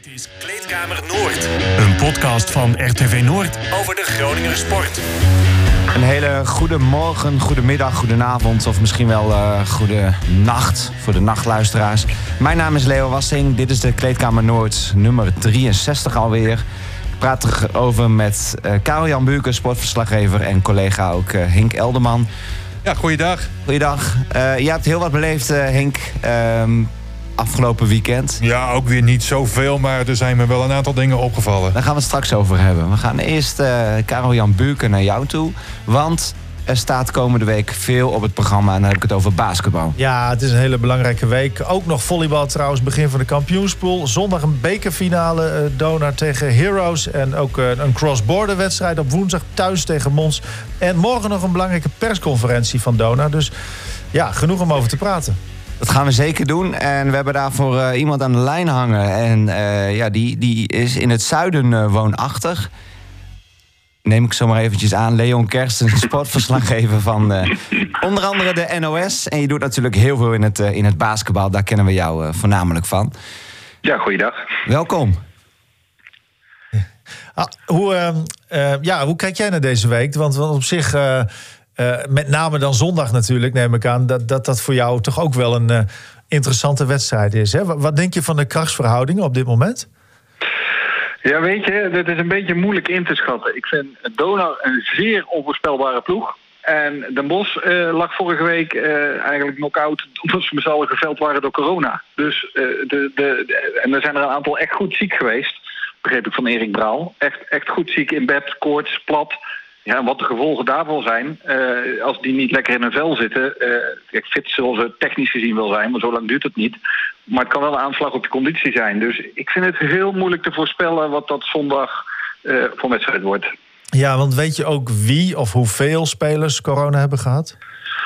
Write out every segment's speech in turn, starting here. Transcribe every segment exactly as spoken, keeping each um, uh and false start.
Dit is Kleedkamer Noord, een podcast van R T V Noord over de Groninger sport. Een hele goede morgen, goede middag, goede avond of misschien wel uh, goede nacht voor de nachtluisteraars. Mijn naam is Leo Wassing, dit is de Kleedkamer Noord nummer drieënzestig alweer. Ik praat erover met uh, Karel-Jan Buurken, sportverslaggever en collega ook uh, Henk Elderman. Ja, goeiedag. Goeiedag. Uh, je hebt heel wat beleefd, uh, Henk, uh, afgelopen weekend. Ja, ook weer niet zoveel, maar er zijn me wel een aantal dingen opgevallen. Daar gaan we het straks over hebben. We gaan eerst uh, Karel-Jan Buurken naar jou toe, want er staat komende week veel op het programma en dan heb ik het over basketbal. Ja, het is een hele belangrijke week. Ook nog volleybal trouwens, begin van de kampioenspool. Zondag een bekerfinale, uh, Donar tegen Heroes. En ook uh, een cross-border wedstrijd op woensdag thuis tegen Mons. En morgen nog een belangrijke persconferentie van Donar. Dus ja, genoeg om over te praten. Dat gaan we zeker doen. En we hebben daarvoor uh, iemand aan de lijn hangen. En uh, ja, die, die is in het zuiden uh, woonachtig. Neem ik zomaar eventjes aan. Leon Kersten, sportverslaggever van uh, onder andere de N O S. En je doet natuurlijk heel veel in het, uh, in het basketbal. Daar kennen we jou uh, voornamelijk van. Ja, goeiedag. Welkom. Ah, hoe, uh, uh, ja, hoe kijk jij naar deze week? Want, want op zich, uh, uh, met name dan zondag natuurlijk, neem ik aan... dat dat, dat voor jou toch ook wel een uh, interessante wedstrijd is. Hè? Wat, wat denk je van de krachtsverhoudingen op dit moment? Ja, weet je, dat is een beetje moeilijk in te schatten. Ik vind Donar een zeer onvoorspelbare ploeg. En Den Bosch uh, lag vorige week uh, eigenlijk knock-out omdat ze met z'n allen geveld waren door corona. Dus, uh, de, de, de, en er zijn er een aantal echt goed ziek geweest, begreep ik van Erik Braal. Echt, echt goed ziek in bed, koorts, plat. Ja, en wat de gevolgen daarvan zijn, uh, als die niet lekker in hun vel zitten... Uh, fit zullen ze technisch gezien wel zijn, maar zo lang duurt het niet. Maar het kan wel een aanslag op de conditie zijn. Dus ik vind het heel moeilijk te voorspellen wat dat zondag uh, voor wedstrijd wordt. Ja, want weet je ook wie of hoeveel spelers corona hebben gehad?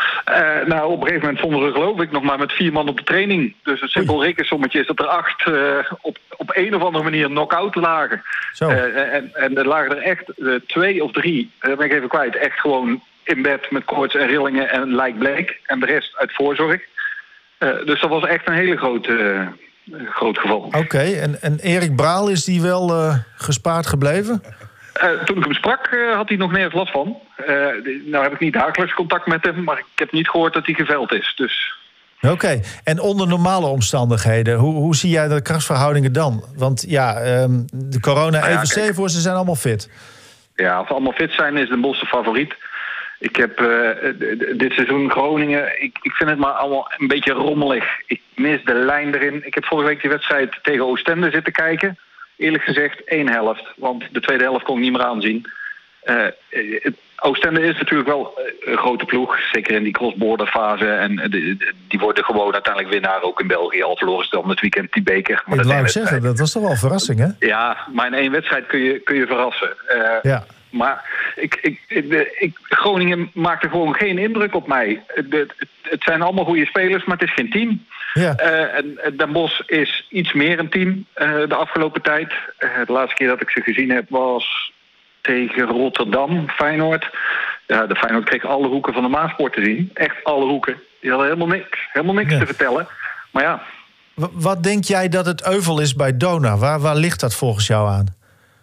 Uh, nou, op een gegeven moment stonden er geloof ik nog maar met vier man op de training. Dus een simpel rekensommetje is dat er acht uh, op, op een of andere manier knock-out lagen. Zo. Uh, en, en er lagen er echt uh, twee of drie, uh, ben ik even kwijt, echt gewoon in bed met koorts en rillingen en lijkbleek. En de rest uit voorzorg. Uh, dus dat was echt een hele grote, uh, groot geval. Oké, okay, en, en Erik Braal, is die wel uh, gespaard gebleven? Uh, toen ik hem sprak, uh, had hij nog nergens last van. Uh, nou heb ik niet dagelijks contact met hem, maar ik heb niet gehoord dat hij geveld is. Dus... Oké, okay. En onder normale omstandigheden, hoe, hoe zie jij de krachtsverhoudingen dan? Want ja, um, de corona-E V C voor ze zijn allemaal fit. Ja, als ze allemaal fit zijn, is Den Bosch de favoriet. Ik heb uh, dit seizoen Groningen, ik, ik vind het maar allemaal een beetje rommelig. Ik mis de lijn erin. Ik heb vorige week die wedstrijd tegen Oostende zitten kijken. Eerlijk gezegd één helft, want de tweede helft kon ik niet meer aanzien. Uh, het, Oostende is natuurlijk wel een grote ploeg, zeker in die cross-border fase. En de, die worden gewoon uiteindelijk winnaar ook in België. Al verloren ze dan het weekend die beker. Maar ik wou zeggen, dat was toch wel een verrassing, hè? Ja, maar in één wedstrijd kun je, kun je verrassen. Uh, ja. Maar ik, ik, ik, ik, Groningen maakte gewoon geen indruk op mij. Het, het zijn allemaal goede spelers, maar het is geen team. Ja. Uh, en Den Bosch is iets meer een team uh, de afgelopen tijd. Uh, de laatste keer dat ik ze gezien heb was tegen Rotterdam, Feyenoord. Ja, de Feyenoord kreeg alle hoeken van de Maaspoort te zien. Echt alle hoeken. Die hadden helemaal niks, helemaal niks ja. te vertellen. Maar ja. W- wat denk jij dat het euvel is bij Donar? Waar, waar ligt dat volgens jou aan?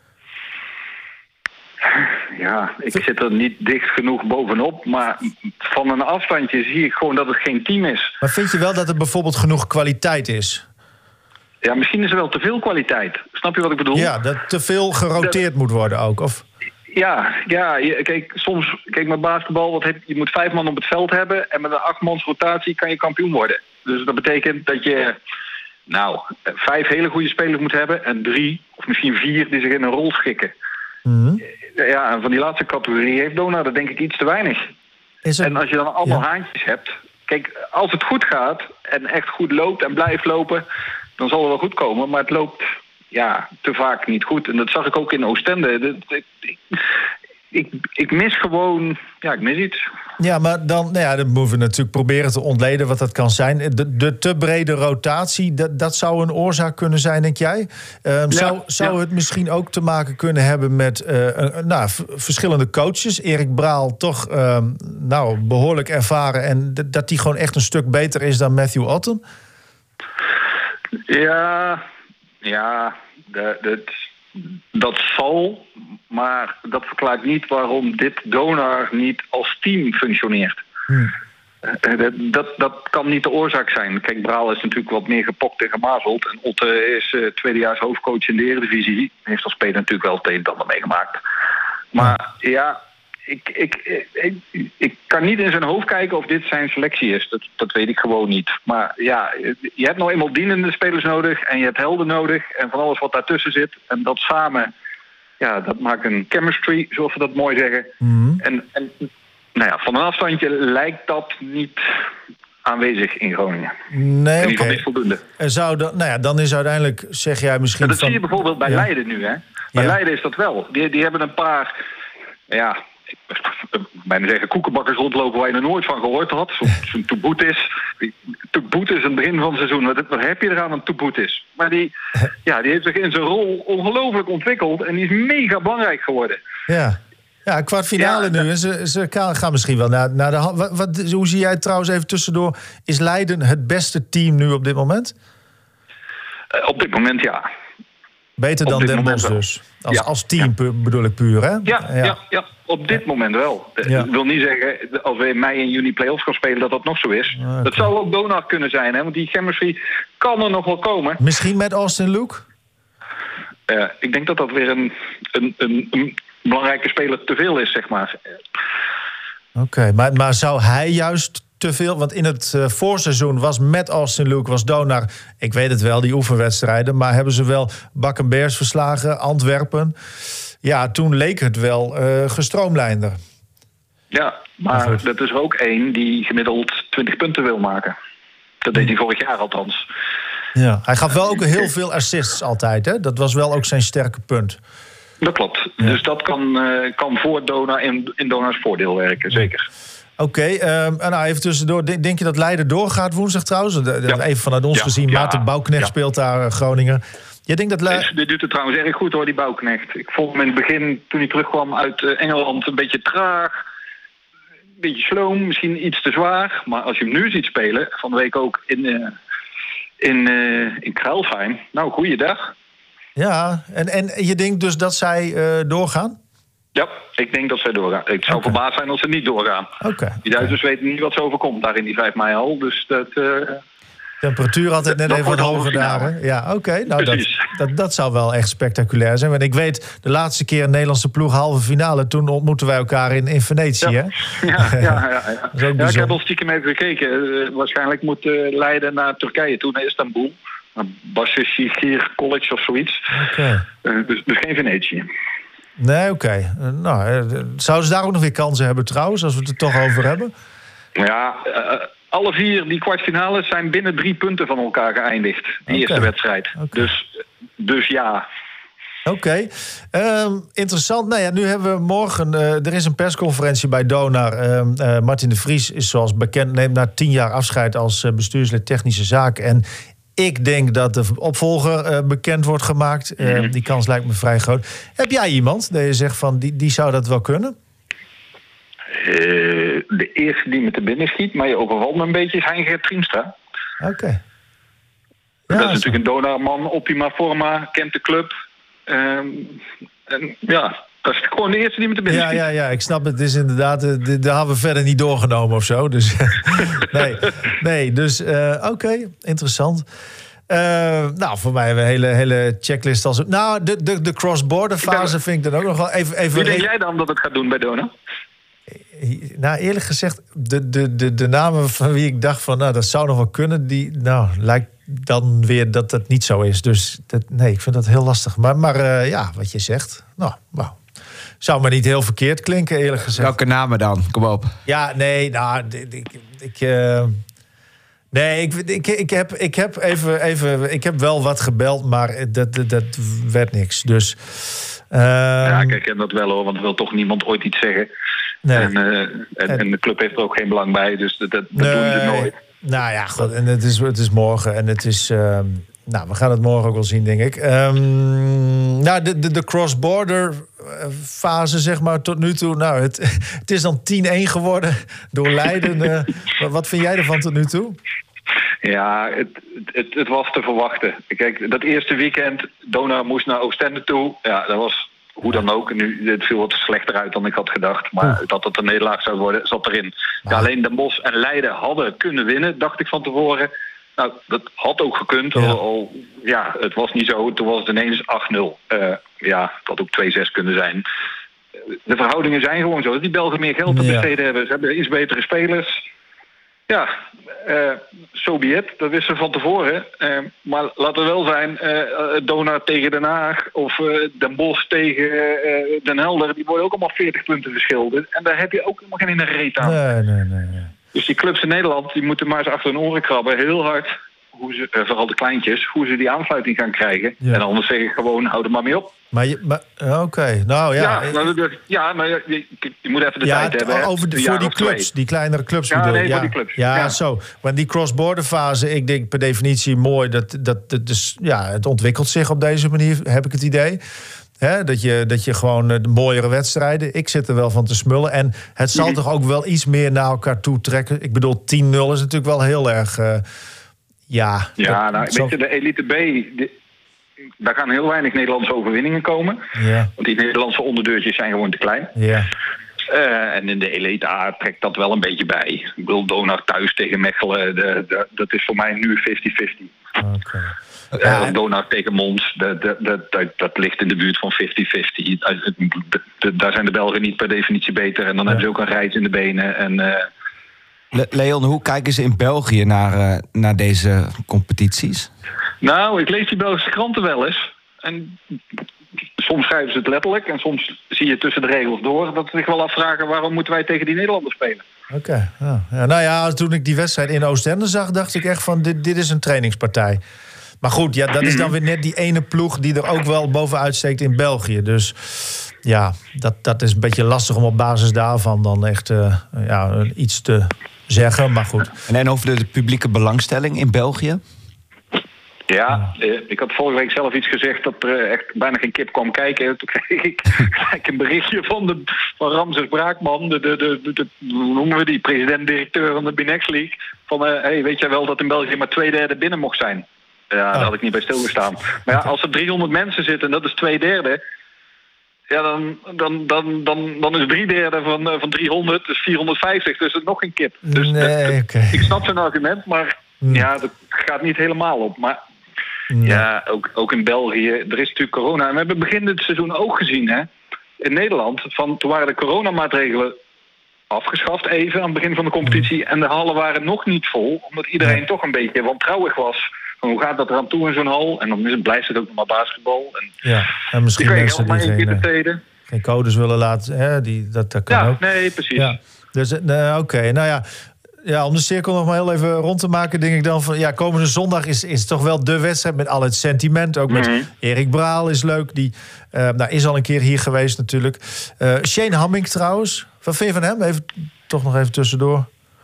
Ja, ik zit er niet dicht genoeg bovenop. Maar van een afstandje zie ik gewoon dat het geen team is. Maar vind je wel dat er bijvoorbeeld genoeg kwaliteit is? Ja, misschien is er wel te veel kwaliteit. Snap je wat ik bedoel? Ja, dat te veel geroteerd dat... moet worden ook, of... Ja, ja, kijk, soms, kijk, met basketbal, wat heb, je moet vijf man op het veld hebben... en met een achtmans rotatie kan je kampioen worden. Dus dat betekent dat je, nou, vijf hele goede spelers moet hebben... en drie, of misschien vier, die zich in een rol schikken. Mm-hmm. Ja, en van die laatste categorie heeft Donar dat denk ik iets te weinig. Is het... En als je dan allemaal ja. haantjes hebt... Kijk, als het goed gaat en echt goed loopt en blijft lopen... dan zal het wel goed komen, maar het loopt... ja, te vaak niet goed. En dat zag ik ook in Oostende. Ik, ik, ik, ik mis gewoon... Ja, ik mis iets. Ja, maar dan, nou ja, dan moeten we natuurlijk proberen te ontleden wat dat kan zijn. De, de te brede rotatie, dat, dat zou een oorzaak kunnen zijn, denk jij? Um, ja, zou zou ja. het misschien ook te maken kunnen hebben met uh, uh, nou, v- verschillende coaches? Erik Braal toch um, nou, behoorlijk ervaren... en d- dat die gewoon echt een stuk beter is dan Matthew Otten? Ja... Ja, de, de, dat zal, maar dat verklaart niet waarom dit Donar niet als team functioneert. Hmm. Dat, dat, dat kan niet de oorzaak zijn. Kijk, Braal is natuurlijk wat meer gepokt en gemazeld. En Otte is uh, tweedejaars hoofdcoach in de Eredivisie. Heeft als speler natuurlijk wel het een en ander meegemaakt. Maar ja, ja ik, ik, ik, ik, ik kan niet in zijn hoofd kijken of dit zijn selectie is. Dat, dat weet ik gewoon niet. Maar ja, je hebt nou eenmaal dienende spelers nodig. En je hebt helden nodig. En van alles wat daartussen zit. En dat samen, ja, dat maakt een chemistry, zoals we dat mooi zeggen. Mm-hmm. En... en Nou ja, van een afstandje lijkt dat niet aanwezig in Groningen. Nee, in ieder geval okay. niet voldoende. En zou dat, nou ja, dan is uiteindelijk, zeg jij misschien... Ja, dat van, zie je bijvoorbeeld bij ja. Leiden nu, hè. Bij ja. Leiden is dat wel. Die, die hebben een paar, ja, ik bijna zeggen koekenbakkers rondlopen waar je er nooit van gehoord had. Zo'n zo Toeboetis. Toeboetis in het begin van het seizoen. Wat, wat heb je eraan aan Toeboetis? Maar die, ja, die heeft zich in zijn rol ongelooflijk ontwikkeld. En die is mega belangrijk geworden. Ja. Ja, kwartfinale ja, nu. Ze, ze gaan misschien wel naar, naar de... Wat, wat, hoe zie jij het trouwens even tussendoor? Is Leiden het beste team nu op dit moment? Uh, op dit moment, ja. Beter op dan Den Bosch dus? Als, ja. als team ja. bedoel ik puur, hè? Ja, ja. ja, ja. op dit ja. moment wel. Ja. Ik wil niet zeggen, als we in mei en juni play-offs gaan spelen, dat dat nog zo is. Okay. Dat zou ook Donar kunnen zijn, hè? Want die chemistry kan er nog wel komen. Misschien met Austin Luke? Uh, ik denk dat dat weer een... een, een, een belangrijke speler te veel is, zeg maar. Oké, okay, maar, maar zou hij juist te veel... Want in het uh, voorseizoen was met Austin Luke, was Donar... Ik weet het wel, die oefenwedstrijden... maar hebben ze wel Bakken en Beers verslagen, Antwerpen. Ja, toen leek het wel uh, gestroomlijnder. Ja, maar, maar dat is er ook één die gemiddeld twintig punten wil maken. Dat deed hij vorig jaar althans. Ja, hij gaf wel ook heel veel assists altijd, hè? Dat was wel ook zijn sterke punt. Dat klopt. Ja. Dus dat kan, uh, kan voor Donar in, in Donars voordeel werken, zeker. Oké, okay, um, nou even tussendoor. Denk je dat Leiden doorgaat woensdag trouwens? De, de, ja. Even vanuit ons ja. gezien. Ja. Maarten Bouwknecht ja. speelt daar uh, Groningen. Je denkt dat Le- Dit doet het trouwens erg goed hoor, die Bouwknecht. Ik vond hem in het begin, toen hij terugkwam uit uh, Engeland, een beetje traag. Een beetje sloom, misschien iets te zwaar. Maar als je hem nu ziet spelen, van de week ook in, uh, in, uh, in Kruilsheim. Nou, goeiedag. Ja, en, en je denkt dus dat zij uh, doorgaan? Ja, ik denk dat zij doorgaan. Ik zou okay. verbaasd zijn als ze niet doorgaan. Okay. Die Duitsers okay. weten niet wat ze overkomt daar in die vijf mei al. Dus dat... Uh, temperatuur altijd net even wat hoger daar. Ja, oké. Okay. Nou, dat, dat, dat zou wel echt spectaculair zijn. Want ik weet, de laatste keer een Nederlandse ploeg halve finale... toen ontmoetten wij elkaar in, in Venetië, ja. hè? Ja, ja, ja. ja. ja ik heb al stiekem even gekeken. Uh, waarschijnlijk moet uh, Leiden naar Turkije toe, naar Istanbul. Başakşehir College of zoiets. Okay. Uh, dus, dus geen Venetië. Nee, oké. Okay. Uh, nou, uh, zouden ze daar ook nog weer kansen hebben trouwens, als we het er toch over hebben? Ja, uh, alle vier die kwartfinales zijn binnen drie punten van elkaar geëindigd. Die okay. eerste wedstrijd. Okay. Dus, dus ja. Oké, okay. um, interessant. Nou ja, nu hebben we morgen... Uh, er is een persconferentie bij Donar. Uh, uh, Martin de Vries is zoals bekend... neemt na tien jaar afscheid als uh, bestuurslid technische zaken. En ik denk dat de opvolger uh, bekend wordt gemaakt. Uh, mm-hmm. Die kans lijkt me vrij groot. Heb jij iemand dat je zegt van die, die zou dat wel kunnen? Uh, de eerste die me te binnen schiet, maar je overvalt me een beetje, is Hein-Gert Triemstra. Oké. Okay. Ja, dat is natuurlijk een Donarman, optima forma, kent de club. Uh, en ja, dat is gewoon de eerste die me te binnen ja, schiet. Ja, ja, ik snap het. Het is inderdaad, uh, daar hebben we verder niet doorgenomen of zo. Dus nee, nee, dus uh, oké, okay, interessant. Uh, nou, voor mij een hele, hele checklist. Als het, nou, de, de, de cross-border fase denk, vind ik dan ook nog wel even... even wie denk jij dan dat het gaat doen bij Donar? Nou, eerlijk gezegd, de, de, de, de namen van wie ik dacht van... nou, dat zou nog wel kunnen, die... nou, lijkt dan weer dat dat niet zo is. Dus dat, nee, ik vind dat heel lastig. Maar, maar uh, ja, wat je zegt, nou, nou, zou me niet heel verkeerd klinken, eerlijk gezegd. Welke namen dan? Kom op. Ja, nee, nou, ik... ik, ik uh, Nee, ik, ik, ik, heb, ik heb even, even... Ik heb wel wat gebeld, maar dat, dat, dat werd niks. Dus... Uh, ja, kijk, ik ken dat wel hoor, want er wil toch niemand ooit iets zeggen. Nee. En, uh, en, en de club heeft er ook geen belang bij, dus dat, dat nee. doen ze nooit. Nou ja, goed, en het is, het is morgen en het is... Uh, nou, we gaan het morgen ook wel zien, denk ik. Um, nou, de, de, de cross-border fase, zeg maar, tot nu toe... Nou, het, het is dan tien-één geworden door Leiden. Uh, wat vind jij ervan tot nu toe? Ja, het, het, het was te verwachten. Kijk, dat eerste weekend, Donar moest naar Oostende toe. Ja, dat was hoe dan ook. Nu, het viel wat slechter uit dan ik had gedacht. Maar Oeh. dat het een nederlaag zou worden, zat erin. Ja. Ja, alleen Den Bosch en Leiden hadden kunnen winnen, dacht ik van tevoren. Nou, dat had ook gekund. Ja. Al, al, ja, het was niet zo. Toen was het ineens acht nul. Uh, ja, het had ook twee zes kunnen zijn. De verhoudingen zijn gewoon zo. Dat die Belgen meer geld te ja. besteden hebben. Ze hebben iets betere spelers. Ja, uh, so be it. Dat wisten we van tevoren. Uh, maar laten we wel zijn, uh, Donar tegen Den Haag of uh, Den Bosch tegen uh, Den Helder, die worden ook allemaal veertig punten verschil. En daar heb je ook helemaal geen in een reet aan. Nee, nee, nee, nee. Dus die clubs in Nederland, die moeten maar eens achter hun oren krabben. Heel hard, hoe ze, uh, vooral de kleintjes, hoe ze die aansluiting gaan krijgen. Ja. En anders zeg ik gewoon, hou er maar mee op. Maar, je, maar oké, okay. nou ja. Ja, maar, ja, maar je, je, je moet even de ja, tijd hebben. Over de, voor die clubs, twee. die kleinere clubs. Ja, nee, ja, voor die clubs. Ja, ja. zo. Want die cross-border fase, ik denk per definitie mooi. Dat, dat, dat dus, ja, het ontwikkelt zich op deze manier, heb ik het idee. He, dat, je, dat je gewoon uh, mooiere wedstrijden. Ik zit er wel van te smullen. En het zal mm-hmm. toch ook wel iets meer naar elkaar toe trekken. Ik bedoel, tien nul is natuurlijk wel heel erg... Uh, ja, ja dat, nou, zo... weet je, de Elite B... Die, daar gaan heel weinig Nederlandse overwinningen komen. Ja. Want die Nederlandse onderdeurtjes zijn gewoon te klein. Ja. Uh, en in de Elite A trekt dat wel een beetje bij. Ik bedoel, Donar thuis tegen Mechelen, de, de, dat is voor mij nu vijftig vijftig. Okay. Uh, ja. Donar tegen Mons, de, de, de, de, dat ligt in de buurt van vijftig vijftig. Daar zijn de Belgen niet per definitie beter. En dan ja. hebben ze ook een reis in de benen. En, uh... Le- Leon, hoe kijken ze in België naar, uh, naar deze competities? Nou, ik lees die Belgische kranten wel eens. En soms schrijven ze het letterlijk. En soms zie je tussen de regels door dat ze zich wel afvragen... waarom moeten wij tegen die Nederlanders spelen? Oké. Okay, ja. Ja, nou ja, toen ik die wedstrijd in Oostende zag... dacht ik echt van, dit, dit is een trainingspartij. Maar goed, ja, dat is dan weer net die ene ploeg... die er ook wel bovenuit steekt in België. Dus ja, dat, dat is een beetje lastig om op basis daarvan... dan echt uh, ja, iets te zeggen, maar goed. En, en over de publieke belangstelling in België? Ja, eh, ik had vorige week zelf iets gezegd dat er uh, echt bijna geen kip kwam kijken. Toen kreeg ik gelijk een berichtje van, de, van Ramses Braakman, de, de, de, de, de, hoe noemen we die, president-directeur van de Binex League. Van, uh, hey, weet jij wel dat in België maar twee derde binnen mocht zijn? Ja, daar had ik niet bij stilgestaan. Maar ja, als er driehonderd mensen zitten en dat is twee derde... Ja, dan, dan, dan, dan, dan is drie derde van, uh, van driehonderd, dus vierhonderdvijftig, dus het nog geen kip. Dus nee, uh, okay. Ik snap zijn argument, maar hmm. ja, dat gaat niet helemaal op. Maar nee. ja, ook, ook in België, er is natuurlijk corona. En we hebben begin dit seizoen ook gezien, hè, in Nederland. Van, toen waren de coronamaatregelen afgeschaft even aan het begin van de competitie. Hmm. En de hallen waren nog niet vol, omdat iedereen nee. toch een beetje wantrouwig was. Van, hoe gaat dat eraan toe in zo'n hal? En dan is het, blijft het ook nog maar basketbal. En ja, en misschien mensen die geen, geen codes willen laten. Hè, die, dat, dat kan ja, ook. nee, precies. Ja. Dus, uh, Oké, okay. nou ja... Ja, om de cirkel nog maar heel even rond te maken, denk ik dan van... ja, komende zondag is, is toch wel de wedstrijd met al het sentiment. Ook met mm-hmm. Erik Braal is leuk. Die uh, nou, is al een keer hier geweest natuurlijk. Uh, Shane Hamming trouwens. Wat vind je van hem? Even, toch nog even tussendoor.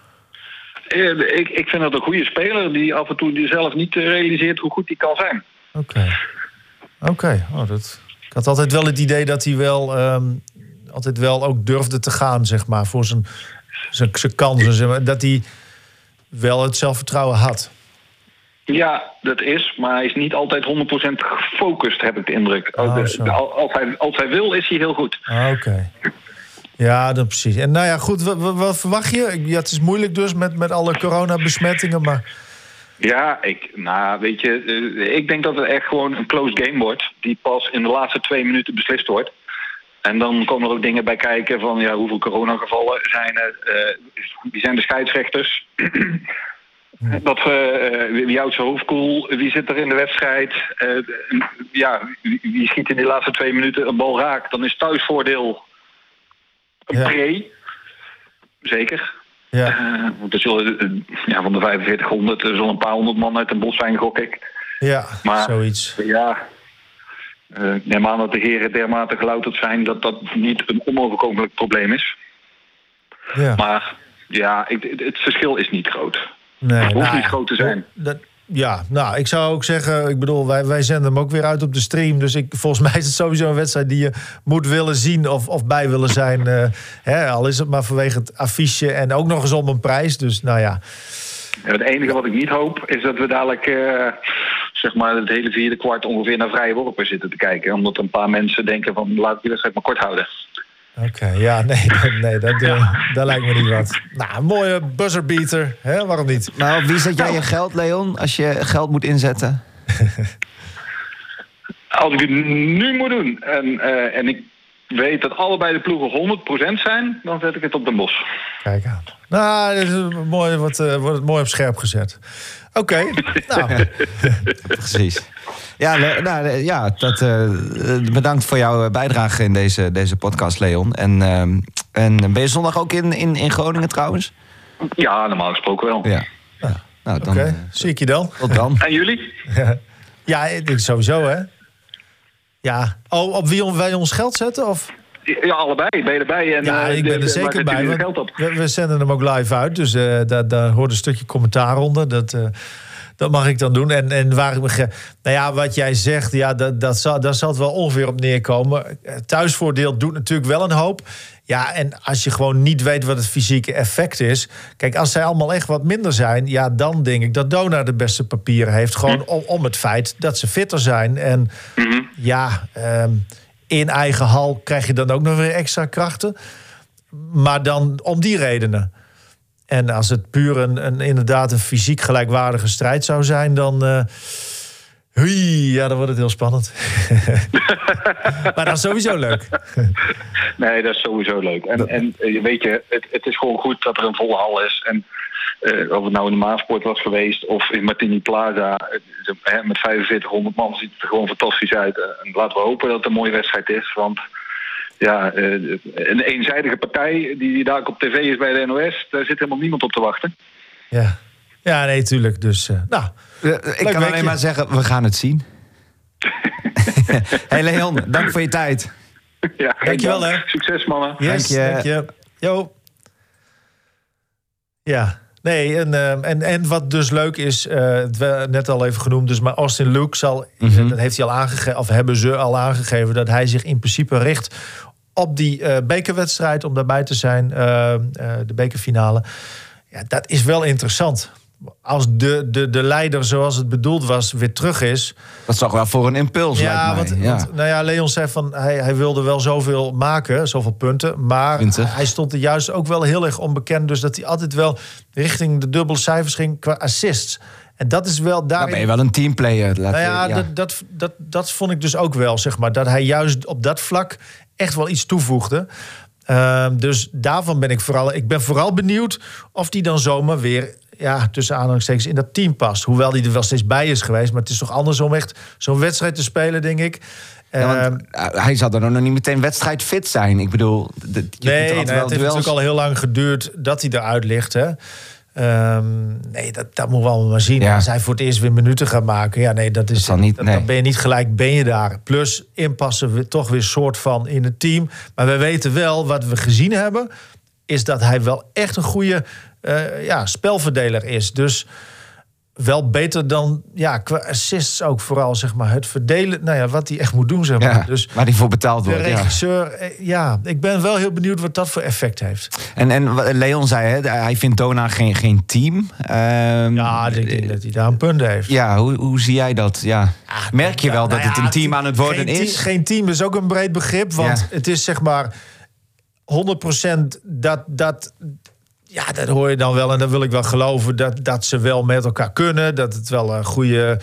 Uh, ik, ik vind dat een goede speler die af en toe die zelf niet realiseert hoe goed hij kan zijn. Oké. Okay. Oké. Okay. Oh, dat... Ik had altijd wel het idee dat hij wel... Um, altijd wel ook durfde te gaan, zeg maar, voor zijn... Zijn, zijn kansen, dat hij wel het zelfvertrouwen had. Ja, dat is, maar hij is niet altijd honderd procent gefocust, heb ik de indruk. Oh, de, de, als, hij, als hij wil, is hij heel goed. Ah, Oké. Okay. Ja, dat precies. En nou ja, goed, wat, wat verwacht je? Ja, het is moeilijk dus met, met alle coronabesmettingen, maar... Ja, ik, nou, weet je, ik denk dat het echt gewoon een close game wordt... die pas in de laatste twee minuten beslist wordt. En dan komen er ook dingen bij kijken van ja, hoeveel coronagevallen zijn er, uh, wie zijn de scheidsrechters, dat, uh, wie houdt zijn hoofd koel, wie zit er in de wedstrijd, uh, ja, wie, wie schiet in die laatste twee minuten een bal raak, dan is thuisvoordeel een ja. pre, zeker. Ja. Uh, want er zullen, uh, ja, van de vijfenveertighonderd er zullen een paar honderd man uit een bos zijn, gok ik. Ja, maar, zoiets. Ja. Uh, ik neem aan dat de heren dermate gelouterd zijn dat dat niet een onoverkomelijk probleem is. Ja. Maar ja, ik, het verschil is niet groot. Nee, het hoeft nou, niet groot te zijn. Dat, ja, nou, ik zou ook zeggen, ik bedoel, wij, wij zenden hem ook weer uit op de stream. Dus ik, volgens mij is het sowieso een wedstrijd die je moet willen zien of, of bij willen zijn. Uh, hè, al is het maar vanwege het affiche en ook nog eens om een prijs. Dus nou ja. Ja, het enige wat ik niet hoop is dat we dadelijk uh, zeg maar het hele vierde kwart ongeveer naar vrije worpen zitten te kijken. Omdat een paar mensen denken van laat ik die wedstrijd maar kort houden. Oké, okay, ja, nee, nee dat, ja. dat lijkt me niet wat. Nou, een mooie buzzerbeater, hè? Waarom niet? Nou, op wie zet jij je geld, Leon, als je geld moet inzetten? Als ik het nu moet doen en, uh, en ik weet dat allebei de ploegen honderd procent zijn, dan zet ik het op Den Bosch. Kijk aan. Nou, dit is mooi, wordt, uh, wordt het mooi op scherp gezet. Oké, okay, nou. Precies. Ja, le- nou, ja dat, uh, bedankt voor jouw bijdrage in deze, deze podcast, Leon. En, uh, en ben je zondag ook in, in, in Groningen trouwens? Ja, normaal gesproken wel. Ja. Ja. Nou, dan, Oké, okay, uh, zie ik je dan. Tot dan. En jullie? Ja, sowieso, hè? Ja. Oh, op wie wij ons geld zetten, of? Ja, allebei. Ben je erbij? En, ja, ik ben er zeker bij. We, we zenden hem ook live uit. Dus uh, daar, daar hoort een stukje commentaar onder. Dat, uh, dat mag ik dan doen. En, en waar ik me ge... Nou ja, wat jij zegt, ja, dat, dat zal, daar zal het wel ongeveer op neerkomen. Thuisvoordeel doet natuurlijk wel een hoop. Ja, en als je gewoon niet weet wat het fysieke effect is... Kijk, als zij allemaal echt wat minder zijn... ja, dan denk ik dat Donar de beste papieren heeft. Gewoon om, om het feit dat ze fitter zijn. En mm-hmm. ja... Um, in eigen hal krijg je dan ook nog weer extra krachten. Maar dan om die redenen. En als het puur een, een inderdaad een fysiek gelijkwaardige strijd zou zijn... dan, uh, hui, ja, dan wordt het heel spannend. Maar dat is sowieso leuk. Nee, dat is sowieso leuk. En, en weet je, het, het is gewoon goed dat er een volle hal is. En uh, of het nou in de Maaspoort was geweest... of in Martini Plaza... Uh, met vijfenveertighonderd man ziet het er gewoon fantastisch uit. En laten we hopen dat het een mooie wedstrijd is. Want ja, uh, een eenzijdige partij die daar op tv is bij de N O S... daar zit helemaal niemand op te wachten. Ja, ja nee, tuurlijk. Dus, uh, nou, uh, ik kan weekje. alleen maar zeggen, we gaan het zien. Hey Leon, dank voor je tijd. Ja, dankjewel, hè. Succes, mannen. Yes, dank je. Dank je. Jo. Ja. Nee, en, uh, en, en wat dus leuk is, uh, het net al even genoemd, dus maar Austin Luke zal, mm-hmm. dat heeft hij al aangegeven, of hebben ze al aangegeven, dat hij zich in principe richt op die uh, bekerwedstrijd om daarbij te zijn, uh, uh, de bekerfinale. Ja, dat is wel interessant. Als de, de, de leider zoals het bedoeld was weer terug is. Dat zag wel voor een impuls, ja, lijkt mij. Want, ja. want, nou ja, Leon zei van hij, hij wilde wel zoveel maken, zoveel punten. Maar twintig. Hij stond er juist ook wel heel erg onbekend. Dus dat hij altijd wel richting de dubbele cijfers ging qua assists. En dat is wel daarin... Dan ben je wel een teamplayer. Nou ja, ja. Dat, dat, dat, dat vond ik dus ook wel, zeg maar. Dat hij juist op dat vlak echt wel iets toevoegde. Uh, dus daarvan ben ik vooral... Ik ben vooral benieuwd of die dan zomaar weer... ja, tussen aanhalingstekens in dat team past. Hoewel die er wel steeds bij is geweest. Maar het is toch anders om echt zo'n wedstrijd te spelen, denk ik. Ja, want, uh, hij zal dan nog niet meteen wedstrijdfit zijn. Ik bedoel... De, je nee, nee het heeft duels... natuurlijk al heel lang geduurd dat hij eruit ligt, hè. Um, nee, dat, dat moeten we allemaal maar zien. Ja. Als hij voor het eerst weer minuten gaat maken... ja, nee, dat is, dat niet, nee. dan ben je niet gelijk, ben je daar. Plus inpassen we toch weer soort van in het team. Maar we weten wel, wat we gezien hebben... is dat hij wel echt een goede uh, ja, spelverdeler is. Dus wel beter dan, ja, qua assists ook vooral, zeg maar, het verdelen. Nou ja, wat hij echt moet doen, zeg maar. Ja, dus waar hij voor betaald wordt. De regisseur, ja. ja, ik ben wel heel benieuwd wat dat voor effect heeft. En, en Leon zei, hè, hij vindt Donar geen, geen team. Um, ja, ik denk dat hij daar een punt heeft. Ja, hoe, hoe zie jij dat? Ja. Ja, merk je wel ja, dat nou het ja, een team aan het worden geen is? Team, geen team is ook een breed begrip, want ja. het is zeg maar honderd procent dat... dat ja, dat hoor je dan wel. En dan wil ik wel geloven dat, dat ze wel met elkaar kunnen. Dat het wel een goede...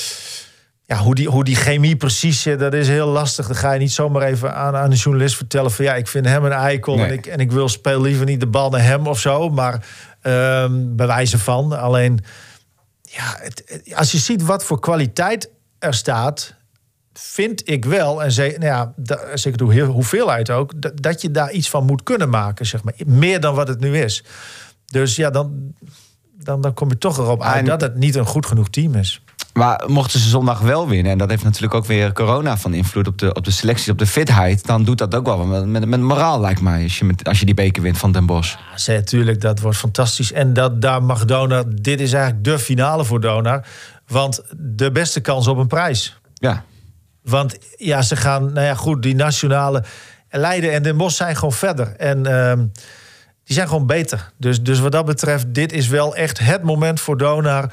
Ja, hoe die, hoe die chemie precies zit, dat is heel lastig. Dan ga je niet zomaar even aan, aan een journalist vertellen van... ja, ik vind hem een eikel nee. en, ik, en ik wil speel liever niet de bal naar hem of zo. Maar um, bij wijze van. Alleen, ja, het, als je ziet wat voor kwaliteit er staat... vind ik wel, en ze, nou ja, da, zeker de hoeveelheid ook... Dat, dat je daar iets van moet kunnen maken, zeg maar. Meer dan wat het nu is. Dus ja, dan, dan, dan kom je toch erop uit en, dat het niet een goed genoeg team is. Maar mochten ze zondag wel winnen... en dat heeft natuurlijk ook weer corona van invloed... op de, op de selecties, op de fitheid... dan doet dat ook wel met, met, met moraal, lijkt mij... Als je, met, als je die beker wint van Den Bosch. Ja, natuurlijk, dat wordt fantastisch. En dat, daar mag Donar... Dit is eigenlijk de finale voor Donar. Want de beste kans op een prijs. Ja. Want ja, ze gaan... Nou ja, goed, die nationale... Leiden en Den Bosch zijn gewoon verder. En... Uh, die zijn gewoon beter. Dus, dus wat dat betreft, dit is wel echt het moment voor Donar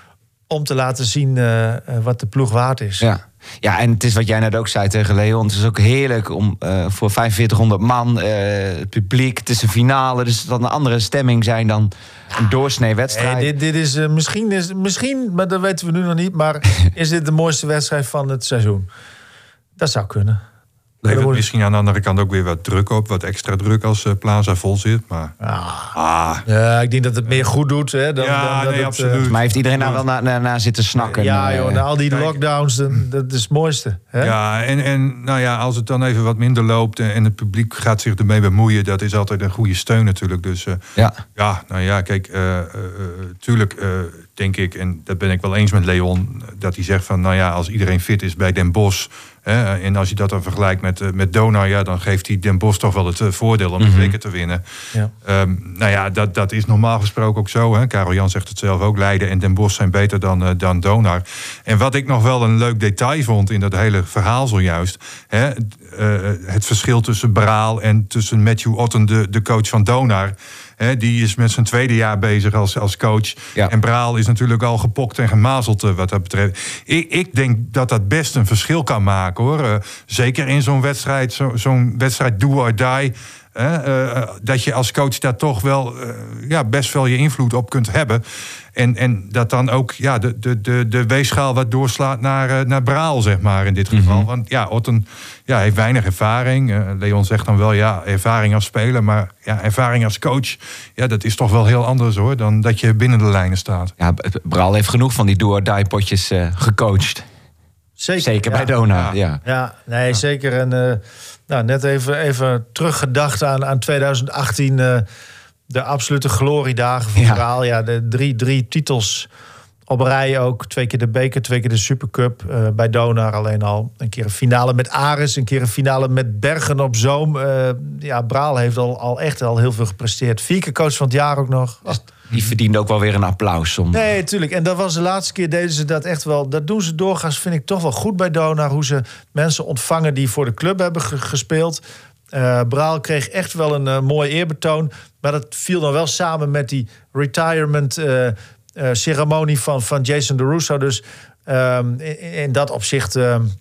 om te laten zien uh, wat de ploeg waard is. Ja. Ja, en het is wat jij net ook zei tegen Leon. Het is ook heerlijk om uh, voor vijfenveertighonderd man, uh, het publiek, het is een finale, dus het zal een andere stemming zijn dan een doorsnee wedstrijd. Hey, dit, dit is uh, misschien, is, misschien, maar dat weten we nu nog niet, maar is dit de mooiste wedstrijd van het seizoen? Dat zou kunnen. Levert misschien aan de andere kant ook weer wat druk op. Wat extra druk als uh, Plaza vol zit. Maar ah. Ah. Ja, ik denk dat het meer goed doet. Hè, dan, ja, dan dat nee, het, absoluut. Uh, maar heeft iedereen nou wel naar na, na zitten snakken? Ja, uh, joh, na al die lockdowns, dan, dat is het mooiste. Hè? Ja, en, en nou ja, als het dan even wat minder loopt en het publiek gaat zich ermee bemoeien, dat is altijd een goede steun natuurlijk. Dus uh, ja. ja, nou ja, kijk, uh, uh, tuurlijk uh, denk ik, en dat ben ik wel eens met Leon, dat hij zegt van, nou ja, als iedereen fit is bij Den Bosch, hè, en als je dat dan vergelijkt met, uh, met Donar, ja, dan geeft hij Den Bosch toch wel het uh, voordeel om de Mm-hmm. beker te winnen. Ja. Um, nou ja, dat, dat is normaal gesproken ook zo. Hè. Karel Jan zegt het zelf ook, Leiden en Den Bosch zijn beter dan, uh, dan Donar. En wat ik nog wel een leuk detail vond in dat hele verhaal zojuist, hè, uh, het verschil tussen Braal en tussen Matthew Otten, de, de coach van Donar. He, die is met zijn tweede jaar bezig als, als coach. Ja. En Braal is natuurlijk al gepokt en gemazeld uh, wat dat betreft. Ik, ik denk dat dat best een verschil kan maken, hoor. Uh, zeker in zo'n wedstrijd, zo, zo'n wedstrijd do or die. Uh, uh, dat je als coach daar toch wel uh, ja, best wel je invloed op kunt hebben. En, en dat dan ook ja, de, de, de, de weegschaal wat doorslaat naar, uh, naar Braal, zeg maar, in dit geval. Mm-hmm. Want ja, Otten ja, heeft weinig ervaring. Uh, Leon zegt dan wel, ja, ervaring als speler. Maar ja, ervaring als coach, ja, dat is toch wel heel anders, hoor, dan dat je binnen de lijnen staat. Ja, Braal heeft genoeg van die do-or-die-potjes uh, gecoacht. Zeker, Zeker ja. bij Donar, ja. Ja, ja nee, ja. zeker. En uh, nou, net even, even teruggedacht aan, aan twintig achttien... Uh, de absolute gloriedagen van Braal. Ja. ja, de drie, drie titels op rij ook. Twee keer de beker, twee keer de Supercup. Uh, bij Donar alleen al. Een keer een finale met Aris, een keer een finale met Bergen op Zoom. Uh, ja, Braal heeft al, al echt al heel veel gepresteerd. Vier keer coach van het jaar ook nog. Oh. Die verdiende ook wel weer een applaus. Om... Nee, tuurlijk. En dat was de laatste keer deden ze dat echt wel. Dat doen ze doorgaans, vind ik toch wel goed bij Donar. Hoe ze mensen ontvangen die voor de club hebben ge- gespeeld. Uh, Braal kreeg echt wel een uh, mooi eerbetoon. Maar dat viel dan wel samen met die retirement uh, uh, ceremonie van, van Jason Deruso. Dus um, in, in dat opzicht... Uh,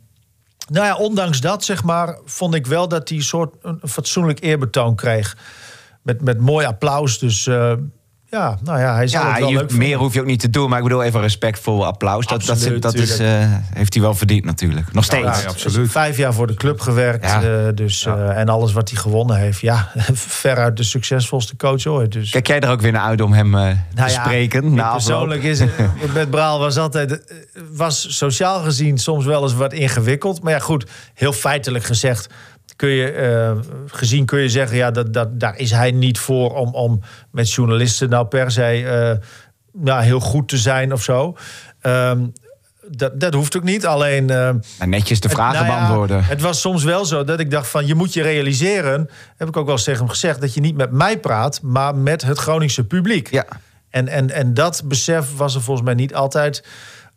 nou ja, ondanks dat, zeg maar, vond ik wel dat hij een soort een fatsoenlijk eerbetoon kreeg. Met, met mooi applaus. Dus uh, ja, nou ja, hij zal ja, het wel je, leuk meer vinden. hoef je ook niet te doen. Maar ik bedoel, even respectvol applaus. Dat, Absoluut, dat, dat is, uh, heeft hij wel verdiend natuurlijk. Nog steeds. Ja, ja, absoluut. Vijf jaar voor de club gewerkt. Ja. Uh, dus, Ja. uh, en alles wat hij gewonnen heeft. Ja, veruit de succesvolste coach ooit. Dus. Kijk jij er ook weer naar uit om hem uh, Nou te ja, spreken? ik Na afloop? persoonlijk is het, met Braal was altijd was sociaal gezien soms wel eens wat ingewikkeld. Maar ja, goed, heel feitelijk gezegd kun je uh, gezien kun je zeggen, ja, dat, dat daar is hij niet voor om, om met journalisten nou per se uh, nou, heel goed te zijn of zo. Um, dat, dat hoeft ook niet. Alleen uh, Maar netjes de vragen nou ja, beantwoorden. Het was soms wel zo dat ik dacht van, je moet je realiseren, heb ik ook wel eens tegen hem gezegd, dat je niet met mij praat, maar met het Groningse publiek. Ja. En, en, en dat besef was er volgens mij niet altijd.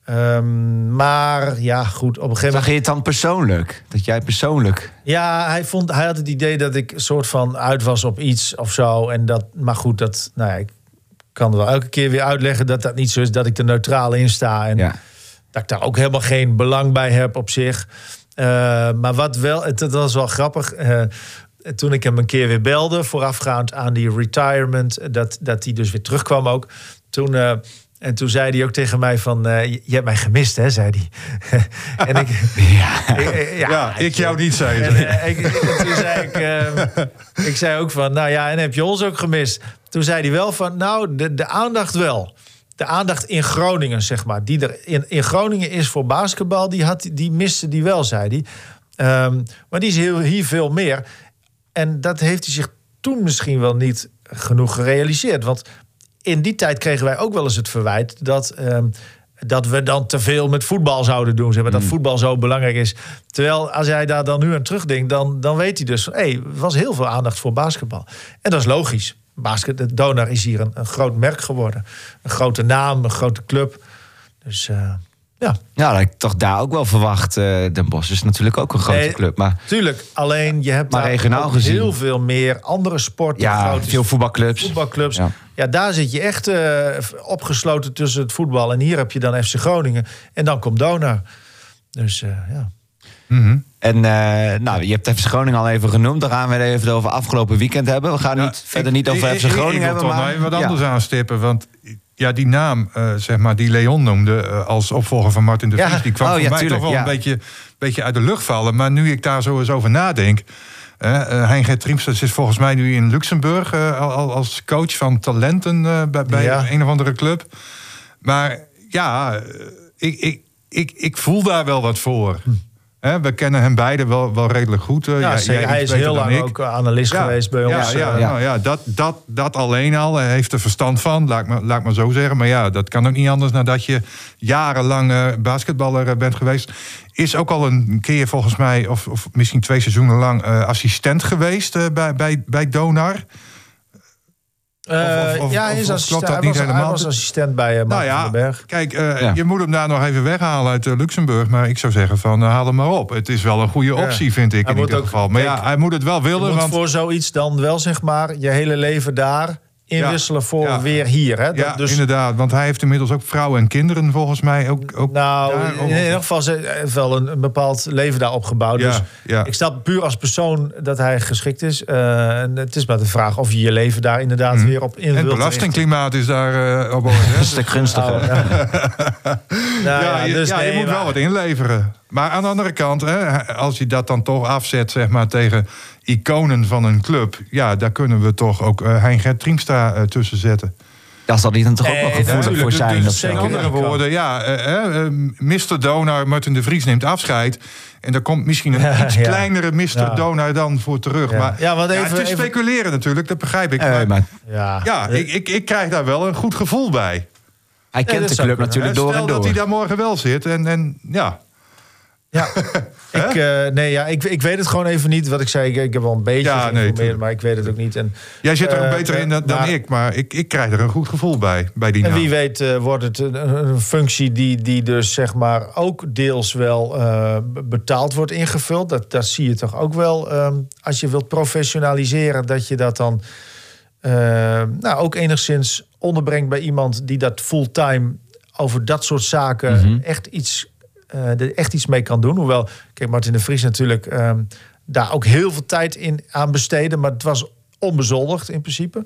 Um, maar ja, goed, op een gegeven Zag moment... je het dan persoonlijk? Dat jij persoonlijk... Ja, hij, vond, hij had het idee dat ik een soort van uit was op iets of zo. En dat, maar goed, dat, nou ja, ik kan er wel elke keer weer uitleggen dat dat niet zo is, dat ik er neutraal in sta. En Ja. dat ik daar ook helemaal geen belang bij heb op zich. Uh, maar wat wel, het, het was wel grappig. Uh, toen ik hem een keer weer belde, voorafgaand aan die retirement, dat, dat hij dus weer terugkwam ook. Toen... Uh, En toen zei hij ook tegen mij van, uh, je hebt mij gemist, hè, zei hij. en ik, Ja. ik, ja, Ja, ik jou niet, zei en, ze. uh, ik, en toen zei ik, uh, ik zei ook van, nou ja, en heb je ons ook gemist? Toen zei hij wel van, nou, de, de aandacht wel. De aandacht in Groningen, zeg maar, die er in, in Groningen is voor basketbal, die, had, die miste die wel, zei hij. Um, maar die is heel, hier veel meer. En dat heeft hij zich toen misschien wel niet genoeg gerealiseerd. Want in die tijd kregen wij ook wel eens het verwijt dat, um, dat we dan te veel met voetbal zouden doen. Zeg maar, dat voetbal zo belangrijk is. Terwijl als hij daar dan nu aan terugdenkt, dan, dan weet hij dus van, hé, er was heel veel aandacht voor basketbal. En dat is logisch. Basket, Donar is hier een, een groot merk geworden. Een grote naam, een grote club. Dus uh, Ja, Ja, dat ik toch daar ook wel verwacht. Uh, Den Bosch is natuurlijk ook een grote nee, club. Maar, tuurlijk, alleen je hebt maar daar regionaal ook gezien heel veel meer andere sporten. Ja, grote veel voetbalclubs. voetbalclubs. Ja. Ja, daar zit je echt uh, opgesloten tussen het voetbal. En hier heb je dan F C Groningen. En dan komt Donar. Dus uh, ja. Mm-hmm. En uh, nou, je hebt F C Groningen al even genoemd. Dan gaan we het even over afgelopen weekend hebben. We gaan Ja, niet, ik, verder niet over ik, F C ik, Groningen ik, ik hebben. wil toch Maar nog even wat ja. anders aanstippen. Want ja, die naam, uh, zeg maar, die Leon noemde uh, als opvolger van Martin de Vries, Ja. die kwam Oh, voor ja, mij tuurlijk, toch wel ja. een beetje, beetje uit de lucht vallen. Maar nu ik daar zo eens over nadenk. Uh, uh, Hein-Gert Triemstra zit volgens mij nu in Luxemburg uh, als coach van talenten uh, bij, bij Ja. een of andere club. Maar ja, uh, ik, ik, ik, ik voel daar wel wat voor. Hm. He, we kennen hem beiden wel, wel redelijk goed. Uh, Ja, jij- zeker. jij Hij iets is beter heel dan lang ik. ook analist Ja, geweest bij ja, ons. Ja, uh, nou ja dat, dat, dat alleen al. Hij heeft er verstand van, laat ik, maar, laat ik maar zo zeggen. Maar ja, dat kan ook niet anders nadat je jarenlang uh, basketballer uh, bent geweest. Is ook al een keer volgens mij, of, of misschien twee seizoenen lang, uh, assistent geweest uh, bij, bij, bij Donar. Uh, Of- of- ja, hij, of- is of assistent, klopt dat hij, niet was, hij helemaal? was assistent bij uh, Nou Martin ja, van den Berg. kijk, uh, Ja. je moet hem daar nog even weghalen uit uh, Luxemburg. Maar ik zou zeggen van, uh, haal hem maar op. Het is wel een goede optie, Ja. vind ik Hij in moet ieder ook- geval. Maar kijk, ja, hij moet het wel Je willen. moet Want voor zoiets dan wel, zeg maar, je hele leven daar inwisselen voor Ja. weer hier. Hè? Dat, ja, dus, inderdaad. Want hij heeft inmiddels ook vrouwen en kinderen volgens mij. Ook, ook nou, daar, in of- ieder geval ze heeft wel een, een bepaald leven daar opgebouwd. Ja, Dus ja. ik snap puur als persoon dat hij geschikt is. Uh, en het is maar de vraag of je je leven daar inderdaad Mhm. weer op in En wilt het belastingklimaat is daar uh, op orde. hè? Een stuk gunstiger. richten. Oh, ja. Nou, Ja, je, dus ja, je nee, moet maar- wel wat inleveren. Maar aan de andere kant, hè, als je dat dan toch afzet, zeg maar, tegen iconen van een club, ja, daar kunnen we toch ook uh, Hein-Gert Triemstra uh, tussen zetten. Daar zal hij dan toch ook Nee, wel gevoelig natuurlijk, voor Dus- zijn. dus of zo. in zeker. andere woorden, ja, uh, uh, mister Donar, Martin de Vries neemt afscheid. En er komt misschien een Ja, iets ja. kleinere mister Ja. Donar dan voor terug. Ja. Maar Ja, want even- het is even- speculeren natuurlijk, dat begrijp ik. Eh, maar, maar Ja, ja, ik, ik, ik krijg daar wel een goed gevoel bij. hij kent dat de zou club kunnen. natuurlijk Hè, door Stel en dat door. hij daar morgen wel zit. En, en ja, ja. ik, uh, nee, ja, ik, ik weet het gewoon even niet. Wat ik zei, ik, ik heb wel een beetje Ja, nee, geïnformeerd, tuurlijk. maar ik weet het ook niet. En, jij zit er uh, beter in dan, dan maar- ik. Maar ik, ik krijg er een goed gevoel bij, bij die En naam. wie weet uh, wordt het een, een functie die, die dus zeg maar ook deels wel uh, betaald wordt ingevuld. Dat, dat zie je toch ook wel. Um, als je wilt professionaliseren, dat je dat dan uh, nou, ook enigszins onderbrengt bij iemand die dat fulltime over dat soort zaken Mhm. echt iets, uh, er echt iets mee kan doen. Hoewel, kijk, Martin de Vries natuurlijk um, daar ook heel veel tijd in aan besteedde, maar het was onbezoldigd in principe.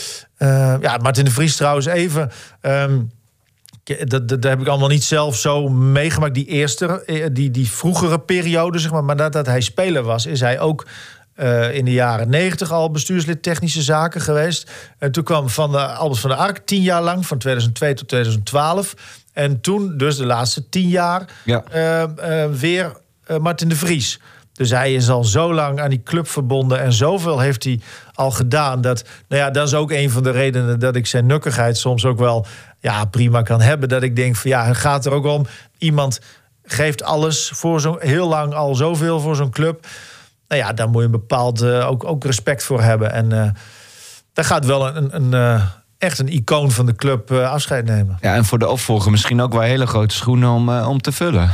Uh, ja, Martin de Vries trouwens even. Um, dat, dat, dat heb ik allemaal niet zelf zo meegemaakt. Die eerste, die, die vroegere periode, zeg maar. Maar nadat hij speler was, is hij ook uh, in de jaren negentig al bestuurslid technische zaken geweest. En toen kwam van de Albert van der Ark tien jaar lang, van tweeduizend twee tot tweeduizend twaalf. En toen, dus de laatste tien jaar, Ja. uh, uh, weer uh, Martin de Vries. Dus hij is al zo lang aan die club verbonden en zoveel heeft hij al gedaan. Dat, nou ja, dat is ook een van de redenen dat ik zijn nukkigheid soms ook wel ja, prima kan hebben. Dat ik denk van ja, het gaat er ook om. Iemand geeft alles voor zo'n heel lang al zoveel voor zo'n club. Nou ja, daar moet je een bepaald uh, ook, ook respect voor hebben. En uh, daar gaat wel een, een, een uh, echt een icoon van de club uh, afscheid nemen. Ja, en voor de opvolger misschien ook wel hele grote schoenen om, uh, om te vullen.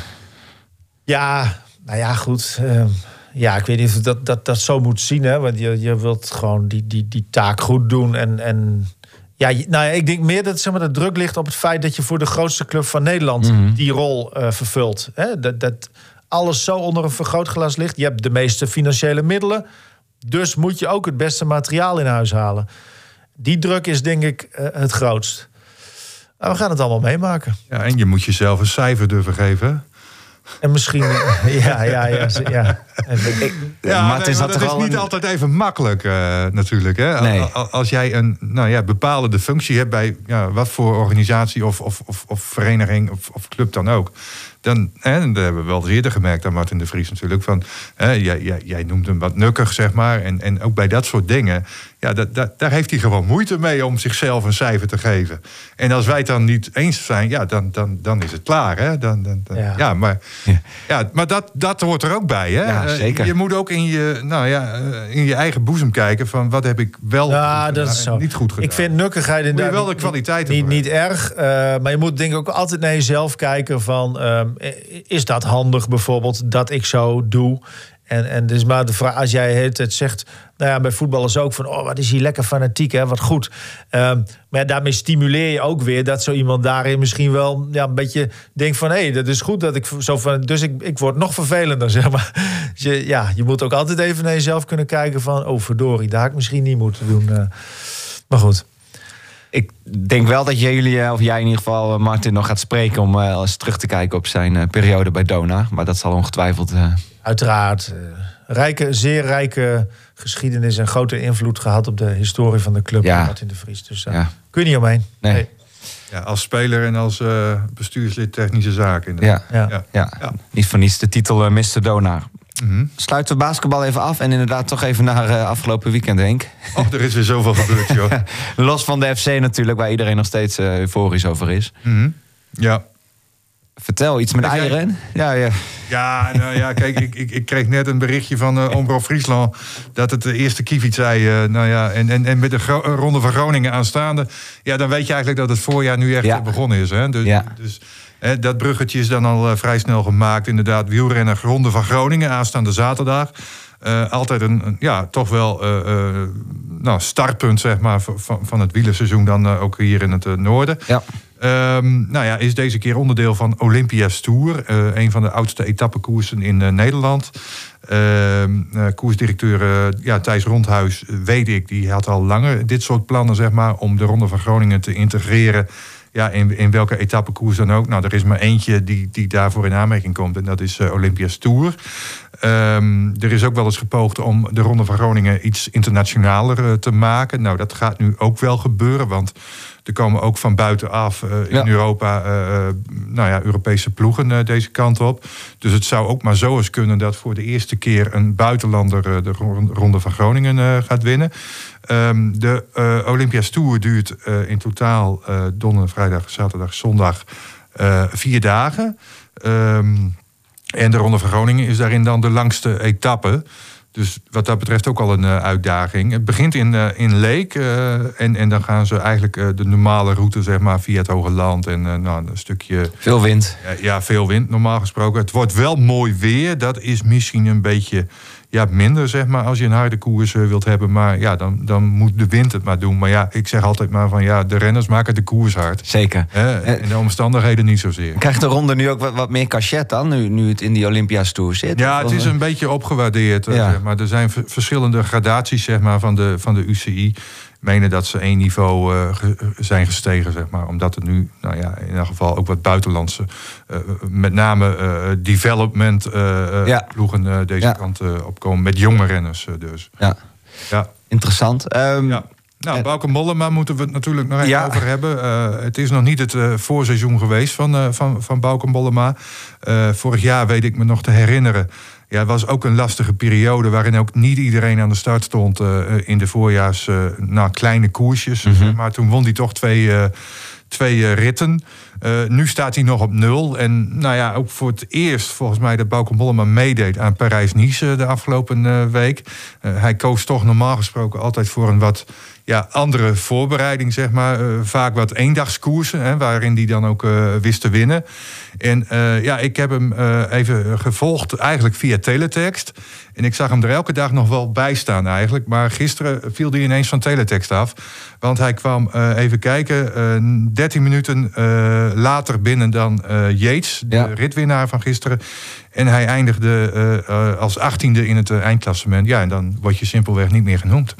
Ja, nou ja, goed. Uh, ja, ik weet niet of dat, dat, dat zo moet zien. Hè? Want je, je wilt gewoon die, die, die taak goed doen. En, en ja, nou ja, ik denk meer dat zeg maar, de druk ligt op het feit dat je voor de grootste club van Nederland Mhm. die rol uh, vervult. Hè? Dat, dat alles zo onder een vergrootglas ligt. Je hebt de meeste financiële middelen. Dus moet je ook het beste materiaal in huis halen. Die druk is denk ik uh, het grootst. Nou, we gaan het allemaal meemaken. Ja, en je moet jezelf een cijfer durven geven. En misschien... ja, ja, ja. ja. Ja, maar het nee, is maar dat dat toch is wel niet een- altijd even makkelijk uh, natuurlijk. Hè? Nee. Al- al- Als jij een nou ja, bepalende functie hebt bij ja, wat voor organisatie of, of, of, of vereniging of, of club dan ook. Dan, en dat hebben we wel eens eerder gemerkt aan Martin de Vries natuurlijk. Van, hè, jij, jij, jij noemt hem wat nukkig, zeg maar. En, en ook bij dat soort dingen. Ja, dat, dat, daar heeft hij gewoon moeite mee om zichzelf een cijfer te geven. En als wij het dan niet eens zijn, ja, dan, dan, dan is het klaar. Hè? Dan, dan, dan, ja. ja, maar, Ja. ja, maar dat, dat hoort er ook bij. Hè? Ja, zeker. Uh, je moet ook in je, nou ja, uh, in je eigen boezem kijken van wat heb ik wel Ja, goed dat gedaan is en zo. niet goed gedaan. Ik vind nukkigheid inderdaad wel de niet- kwaliteit niet, ervoor niet erg. Uh, maar je moet denk ik ook altijd naar jezelf kijken van... Um, is dat handig bijvoorbeeld dat ik zo doe? En, en dus maar de vraag, als jij het het zegt... Nou ja, bij voetballers ook van... oh, wat is hij lekker fanatiek, hè? Wat goed. Um, maar ja, daarmee stimuleer je ook weer... dat zo iemand daarin misschien wel ja, een beetje denkt van... hé, hey, dat is goed dat ik zo van... dus ik, ik word nog vervelender, zeg maar. Dus je, ja, je moet ook altijd even naar jezelf kunnen kijken van... oh, verdorie, daar had ik misschien niet moeten doen. Uh, maar goed. Ik denk wel dat jullie, of jij in ieder geval, Martin, nog gaat spreken... om uh, eens terug te kijken op zijn uh, periode bij Donar. Maar dat zal ongetwijfeld... Uh... Uiteraard. Uh, rijke, zeer rijke geschiedenis en grote invloed gehad... op de historie van de club, Ja. Martin de Vries. Dus uh, Ja. kun je niet omheen. Nee. Nee. Ja, als speler en als uh, bestuurslid technische zaken. inderdaad. Ja. Ja. Ja. Ja. Ja. Niet voor niets de titel uh, mister Donar. Mhm. Sluiten we basketbal even af en inderdaad toch even naar uh, afgelopen weekend, Henk. Oh, er is weer zoveel gebeurd, joh. Los van de F C natuurlijk, waar iedereen nog steeds uh, euforisch over is. Mhm. Ja. Vertel, iets met Heb jij- eieren? Ja, ja. Ja, nou ja, kijk, ik, ik, ik kreeg net een berichtje van uh, Omroep Friesland... dat het de eerste Kiefiet zei. Uh, nou ja, en, en, en met de Gro- Ronde van Groningen aanstaande... ja, dan weet je eigenlijk dat het voorjaar nu echt Ja. begonnen is. Hè? Dus, Ja. dus hè, dat bruggetje is dan al uh, vrij snel gemaakt. Inderdaad, wielrenner Ronde van Groningen aanstaande zaterdag. Uh, altijd een, een, ja, toch wel uh, uh, nou, startpunt, zeg maar, van, van het wielerseizoen... dan uh, ook hier in het uh, noorden. Ja. Um, nou ja, is deze keer onderdeel van Olympia's Tour. Uh, een van de oudste etappekoersen in uh, Nederland. Uh, uh, koersdirecteur uh, ja, Thijs Rondhuis, uh, weet ik, die had al langer dit soort plannen, zeg maar, om de Ronde van Groningen te integreren. Ja, in, in welke etappekoers dan ook. Nou, er is maar eentje die, die daarvoor in aanmerking komt. En dat is uh, Olympia's Tour. Um, er is ook wel eens gepoogd om de Ronde van Groningen iets internationaler uh, te maken. Nou, dat gaat nu ook wel gebeuren. Want er komen ook van buitenaf uh, in Ja. Europa uh, nou ja, Europese ploegen uh, deze kant op. Dus het zou ook maar zo eens kunnen dat voor de eerste keer een buitenlander uh, de Ronde van Groningen uh, gaat winnen. Um, de uh, Olympia's Tour duurt uh, in totaal uh, donderdag, vrijdag, zaterdag, zondag uh, vier dagen. Um, en de Ronde van Groningen is daarin dan de langste etappe. Dus wat dat betreft ook al een uh, uitdaging. Het begint in, uh, in Leek. Uh, en, en dan gaan ze eigenlijk uh, de normale route, zeg maar, via het Hoge Land. En uh, nou, een stukje... Veel wind. Ja, ja, veel wind, normaal gesproken. Het wordt wel mooi weer. Dat is misschien een beetje ja, minder, zeg maar, als je een harde koers uh, wilt hebben. Maar ja, dan, dan moet de wind het maar doen. Maar ja, ik zeg altijd maar van, ja, de renners maken de koers hard. Zeker. Hè, en de omstandigheden niet zozeer. Krijgt de ronde nu ook wat, wat meer cachet dan, nu, nu het in die Olympia's Tour zit? Ja, het Of- is een beetje opgewaardeerd. uh, Ja. zeg maar er zijn v- verschillende gradaties, zeg maar, van de, van de U C I. Menen dat ze één niveau uh, ge- zijn gestegen, zeg maar. Omdat er nu, nou ja, in elk geval ook wat buitenlandse... Uh, met name uh, development uh, uh, Ja. ploegen uh, deze Ja. kant uh, opkomen. Met jonge renners uh, dus. Ja, Ja. interessant. Ehm, Ja. Nou, En- Bauke Mollema moeten we het natuurlijk nog even Ja. over hebben. Uh, het is nog niet het uh, voorseizoen geweest van, uh, van, van Bauke Mollema. Uh, vorig jaar weet ik me nog te herinneren. Ja, het was ook een lastige periode waarin ook niet iedereen aan de start stond uh, in de voorjaars. Uh, nou, kleine koersjes. Mhm. zeg maar toen won hij toch twee, uh, twee uh, ritten. Uh, nu staat hij nog op nul. En nou ja, ook voor het eerst volgens mij dat Bauke Mollema meedeed aan Parijs-Nice de afgelopen uh, week. Uh, hij koos toch normaal gesproken altijd voor een wat ja, andere voorbereiding, zeg maar. Uh, vaak wat eendagskoersen, hè, waarin hij dan ook uh, wist te winnen. En uh, ja, ik heb hem uh, even gevolgd eigenlijk via teletext. En ik zag hem er elke dag nog wel bij staan eigenlijk. Maar gisteren viel hij ineens van teletext af. Want hij kwam, uh, even kijken, uh, dertien minuten uh, later binnen dan uh, Yates, de Ja. ritwinnaar van gisteren. En hij eindigde uh, uh, als achttiende in het uh, eindklassement. Ja, en dan word je simpelweg niet meer genoemd.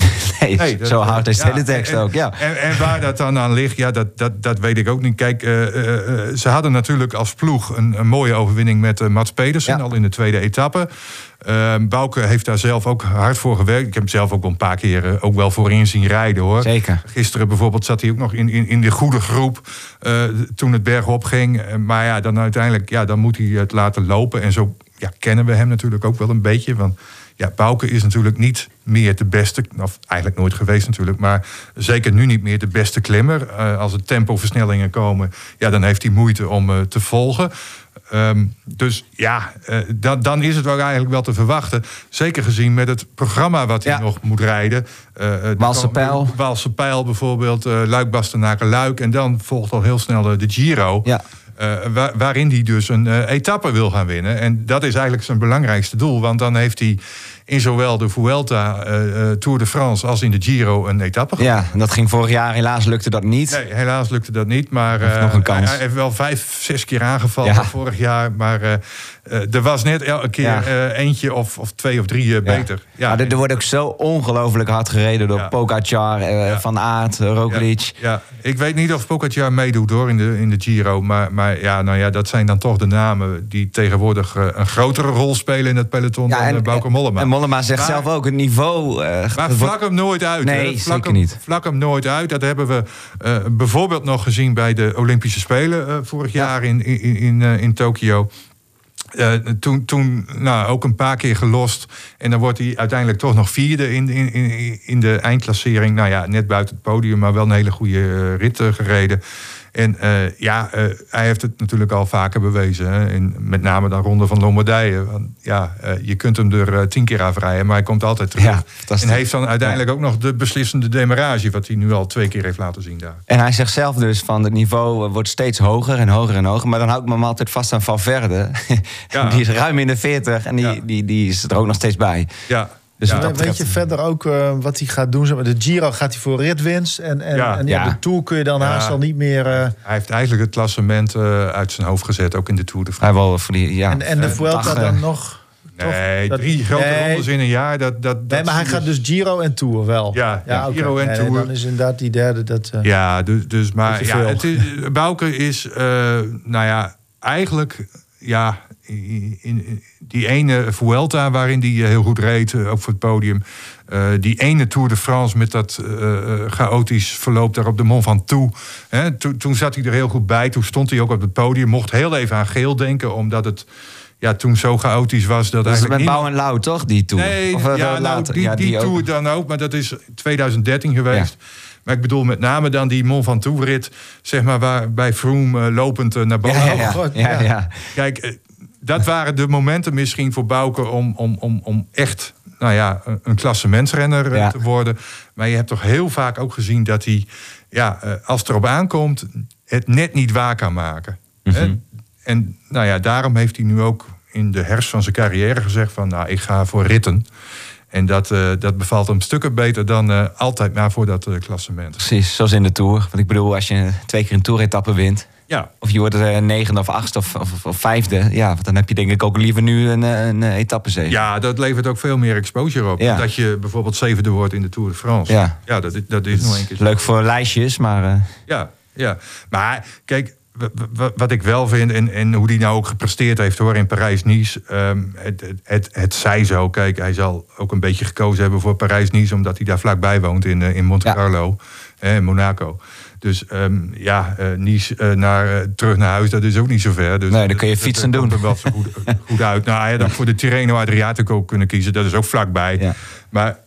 Nee, Nee, dat- zo houdt is de ja, hele tekst en- ook, ja. En, en waar dat dan aan ligt, ja, dat, dat, dat weet ik ook niet. Kijk, uh, uh, ze hadden natuurlijk als ploeg een, een mooie overwinning met uh, Mats Pedersen, Ja. al in de tweede etappe. Uh, Bauke heeft daar zelf ook hard voor gewerkt. Ik heb hem zelf ook wel een paar keer uh, ook wel voorin zien rijden, hoor. Zeker. Gisteren bijvoorbeeld zat hij ook nog in, in, in de goede groep uh, toen het bergop ging. Uh, maar ja, dan uiteindelijk ja, dan moet hij het laten lopen. En zo ja, kennen we hem natuurlijk ook wel een beetje. Want ja, Bauke is natuurlijk niet meer de beste, of eigenlijk nooit geweest natuurlijk, maar zeker nu niet meer de beste klimmer. Uh, als er tempoversnellingen komen, ja, dan heeft hij moeite om uh, te volgen. Um, dus ja, uh, dan, dan is het wel eigenlijk wel te verwachten. Zeker gezien met het programma wat hij Ja. nog moet rijden. Uh, Waalse Pijl. Waalse Pijl bijvoorbeeld, uh, Luik, Bastenaken, Luik. En dan volgt al heel snel uh, de Giro. Ja. Uh, waar, waarin hij dus een uh, etappe wil gaan winnen. En dat is eigenlijk zijn belangrijkste doel. Want dan heeft hij in zowel de Vuelta, uh, Tour de France als in de Giro een etappe gewonnen. Ja, en dat ging vorig jaar. Helaas lukte dat niet. Nee, helaas lukte dat niet. Maar Heeft uh, nog een kans. hij heeft wel vijf, zes keer aangevallen Ja. vorig jaar. Maar uh, uh, er was net elke keer Ja. uh, eentje of, of twee of drie uh, beter. Ja. Maar er, er wordt ook zo ongelooflijk hard gereden door Ja. Pogacar, eh, Ja. Van Aert, uh, Roglic. Ja, ja, ik weet niet of Pogacar meedoet hoor in de, in de Giro. Maar, maar ja, nou ja, dat zijn dan toch de namen die tegenwoordig uh, een grotere rol spelen in het peloton Ja, dan en, uh, Bauke Mollema. En Mollema zegt Maar- zelf ook, het niveau... eh, Maar wordt- vlak hem nooit uit. Nee, hè. Vlak zeker hem, niet. Vlak hem nooit uit. Dat hebben we uh, bijvoorbeeld nog gezien bij de Olympische Spelen uh, vorig Ja. jaar in, in, in, uh, in Tokio. Uh, toen toen nou, ook een paar keer gelost. En dan wordt hij uiteindelijk toch nog vierde in, in, in, in de eindklassering. Nou ja, net buiten het podium, maar wel een hele goede uh, rit uh, gereden. En uh, ja, uh, hij heeft het natuurlijk al vaker bewezen. Hè? In, met name dan Ronde van Lombardije. Want ja, uh, je kunt hem er uh, tien keer afrijden, maar hij komt altijd terug. Ja, fantastisch. En heeft dan uiteindelijk ook nog de beslissende demarrage, wat hij nu al twee keer heeft laten zien daar. En hij zegt zelf dus van het niveau wordt steeds hoger en hoger en hoger. Maar dan hou ik me maar altijd vast aan Valverde. Ja. Die is ruim in de veertig en die, Ja. die, die is er ook nog steeds bij. Ja. Dus ja. wat dat Weet betreft- je verder ook uh, wat hij gaat doen? Zeg maar, de Giro gaat hij voor ritwinst. En, en, Ja. en ja, Ja. de Tour kun je dan Ja. haast al niet meer... Uh, Hij heeft eigenlijk het klassement uh, uit zijn hoofd gezet, ook in de Tour de Hij France. wil voor die, ja, en, en de eh, Vuelta dag, eh, dan nog... Nee, Dat- drie grote nee. rondes in een jaar. Dat, dat, Nee, dat maar hij zie gaat je- dus Giro en Tour wel. Ja, ja, oké. Giro en Nee, Tour. Dan is inderdaad die derde... Dat, uh, Ja, dus, dus maar Beetje ja, veel. het is, Bauke is, uh, nou ja, eigenlijk, ja, in, in die ene Vuelta waarin hij heel goed reed, uh, ook voor het podium. Uh, die ene Tour de France met dat uh, chaotisch verloop daar op de Mont Ventoux. Hè, toen, toen zat hij er heel goed bij. Toen stond hij ook op het podium. Mocht heel even aan geel denken, omdat het ja, toen zo chaotisch was. Dat Dat is met eigenlijk Bouw en Lau, toch, die Tour? Nee, Of, eh, ja, nou, later? die, Ja, die, ook. Tour dan ook, maar dat is twintig dertien geweest. Maar ik bedoel met name dan die Mont Ventoux-rit, zeg maar, waar bij Froome uh, lopend uh, naar boven. Ja, ja, ja. Oh, God, ja, ja. ja. Kijk, uh, dat waren de momenten misschien voor Bauke om, om, om, om echt, nou ja, een, een klassementsrenner uh, Ja. te worden. Maar je hebt toch heel vaak ook gezien dat hij, ja, uh, als het erop aankomt, het net niet waar kan maken. Mhm. Hè? En nou ja, daarom heeft hij nu ook in de herfst van zijn carrière gezegd van, nou, ik ga voor ritten. En dat, uh, dat bevalt hem stukken beter dan uh, altijd maar voor dat uh, klassement. Precies, zoals in de Tour. Want ik bedoel, als je twee keer een Tour-etappe wint... Ja, of je wordt er negende of achtste of, of, of vijfde... ja, dan heb je denk ik ook liever nu een, een etappezege. ja, dat levert ook veel meer exposure op. Ja. Dat je bijvoorbeeld zevende wordt in de Tour de France. Ja. ja dat, is- dat is nog een keer zo. Leuk voor lijstjes, maar... eh, Ja, ja. Maar kijk, w- w- wat ik wel vind en, en hoe die nou ook gepresteerd heeft hoor in Parijs-Nice. Um, het, het, het, het zij zo. Kijk, hij zal ook een beetje gekozen hebben voor Parijs-Nice, omdat hij daar vlakbij woont in, uh, in Monte Ja. Carlo, hè, in Monaco. Dus um, ja, uh, Nice uh, naar, uh, terug naar huis, dat is ook niet zo ver. Dus Nee, dan kun je dat- dat fietsen komt doen. er wel zo goed, goed uit. Nou, hij had ook voor de Tirreno Adriatico kunnen kiezen. Dat is ook vlakbij. Ja. Maar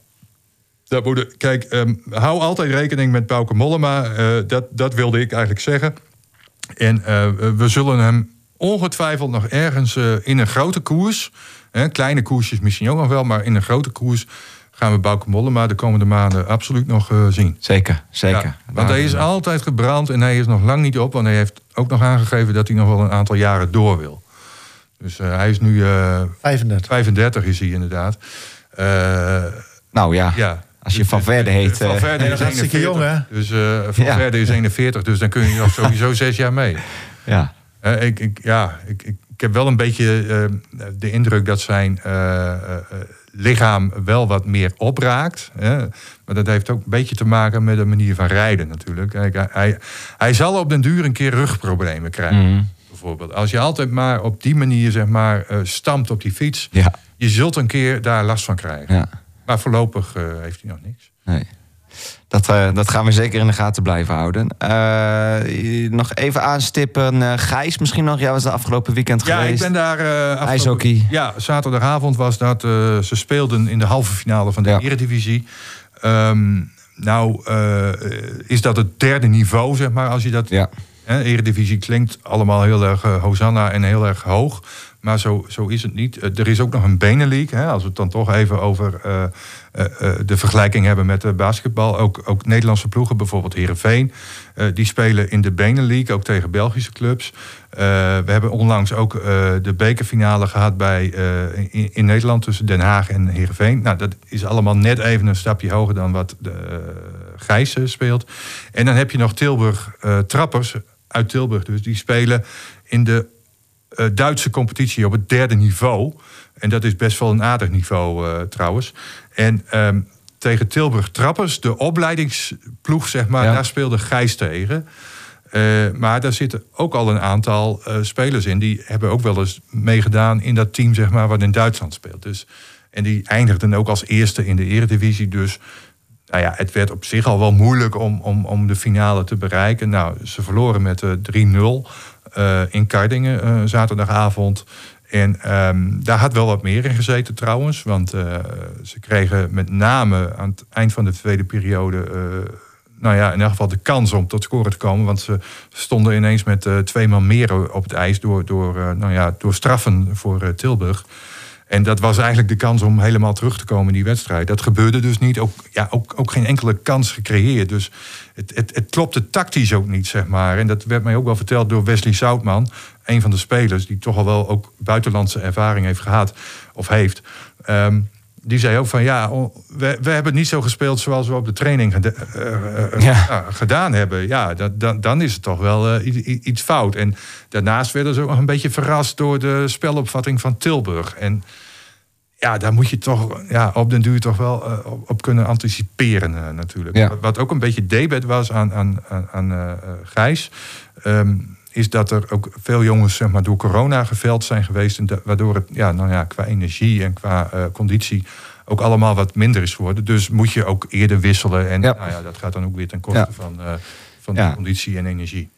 dat moet, kijk, um, hou altijd rekening met Bauke Mollema. Uh, dat, dat wilde ik eigenlijk zeggen. En uh, we zullen hem ongetwijfeld nog ergens uh, in een grote koers... Hè, kleine koersjes misschien ook nog wel... maar in een grote koers gaan we Bauke Mollema de komende maanden absoluut nog uh, zien. Zeker, zeker. Ja, want hij is altijd gebrand en hij is nog lang niet op... want hij heeft ook nog aangegeven dat hij nog wel een aantal jaren door wil. Dus uh, hij is nu uh, vijfendertig. vijfendertig is hij inderdaad. Uh, Nou ja, ja. als je Valverde heet... eh, Valverde Nee, is dat is hartstikke eenenveertig. jong, Dus uh, Valverde is eenenveertig, dus dan kun je nog sowieso zes jaar mee. ja. Uh, ik, ik, ja, ik, ik ik heb wel een beetje uh, de indruk dat zijn uh, uh, lichaam wel wat meer opraakt. Hè? Maar dat heeft ook een beetje te maken met de manier van rijden natuurlijk. Kijk, hij, hij zal op den duur een keer rugproblemen krijgen. Mm. Bijvoorbeeld. Als je altijd maar op die manier zeg maar, uh, stampt op die fiets... Ja. Je zult een keer daar last van krijgen. Ja. Maar voorlopig uh, heeft hij nog niks. Nee. Dat, uh, dat gaan we zeker in de gaten blijven houden. Uh, nog even aanstippen. Uh, Gijs misschien nog. Jij was de afgelopen weekend ja, geweest. Ja, ik ben daar... Uh, IJshockey. Ja, zaterdagavond was dat. Uh, ze speelden in de halve finale van de ja. Eredivisie. Um, nou, uh, is dat het derde niveau, zeg maar, als je dat... Ja. Hè, Eredivisie klinkt allemaal heel erg uh, Hosanna en heel erg hoog. Maar zo, zo is het niet. Uh, er is ook nog een Benelink. Hè, als we het dan toch even over uh, uh, uh, de vergelijking hebben met de basketbal. Ook, ook Nederlandse ploegen, bijvoorbeeld Heerenveen. Uh, die spelen in de Benelink, ook tegen Belgische clubs. Uh, we hebben onlangs ook uh, de bekerfinale gehad bij, uh, in, in Nederland tussen Den Haag en Heerenveen. Nou, dat is allemaal net even een stapje hoger dan wat de uh, Gijs uh, speelt. En dan heb je nog Tilburg uh, Trappers uit Tilburg. Dus die spelen in de uh, Duitse competitie op het derde niveau. En dat is best wel een aardig niveau uh, trouwens. En um, tegen Tilburg Trappers, de opleidingsploeg, zeg maar, ja. daar speelde Gijs tegen. Uh, maar daar zitten ook al een aantal uh, spelers in. Die hebben ook wel eens meegedaan in dat team, zeg maar, wat in Duitsland speelt. Dus, en die eindigden ook als eerste in de Eredivisie. Dus nou ja, het werd op zich al wel moeilijk om, om, om de finale te bereiken. Nou, ze verloren met uh, drie nul uh, in Kardingen uh, zaterdagavond. En um, daar had wel wat meer in gezeten trouwens. Want uh, ze kregen met name aan het eind van de tweede periode... Uh, nou ja, in elk geval de kans om tot scoren te komen. Want ze stonden ineens met uh, twee man meer op het ijs... door, door, uh, nou ja, door straffen voor uh, Tilburg. En dat was eigenlijk de kans om helemaal terug te komen in die wedstrijd. Dat gebeurde dus niet. Ook, ja, ook, ook geen enkele kans gecreëerd. Dus het, het, het klopte tactisch ook niet, zeg maar. En dat werd mij ook wel verteld door Wesley Zoutman... een van de spelers die toch al wel ook buitenlandse ervaring heeft gehad... of heeft... Um, die zei ook van, ja, we, we hebben niet zo gespeeld zoals we op de training geda- uh, ja. uh, gedaan hebben. Ja, dat, dan, dan is het toch wel uh, iets fout. En daarnaast werden ze ook nog een beetje verrast door de spelopvatting van Tilburg. En ja, daar moet je toch ja, op den duur toch wel uh, op, op kunnen anticiperen uh, natuurlijk. Ja. Wat ook een beetje debet was aan, aan, aan uh, Gijs... Um, is dat er ook veel jongens zeg maar, door corona geveld zijn geweest... En de, waardoor het ja, nou ja, qua energie en qua uh, conditie ook allemaal wat minder is geworden. Dus moet je ook eerder wisselen. En ja. Nou ja, dat gaat dan ook weer ten koste ja. van, uh, van ja. de conditie en energie.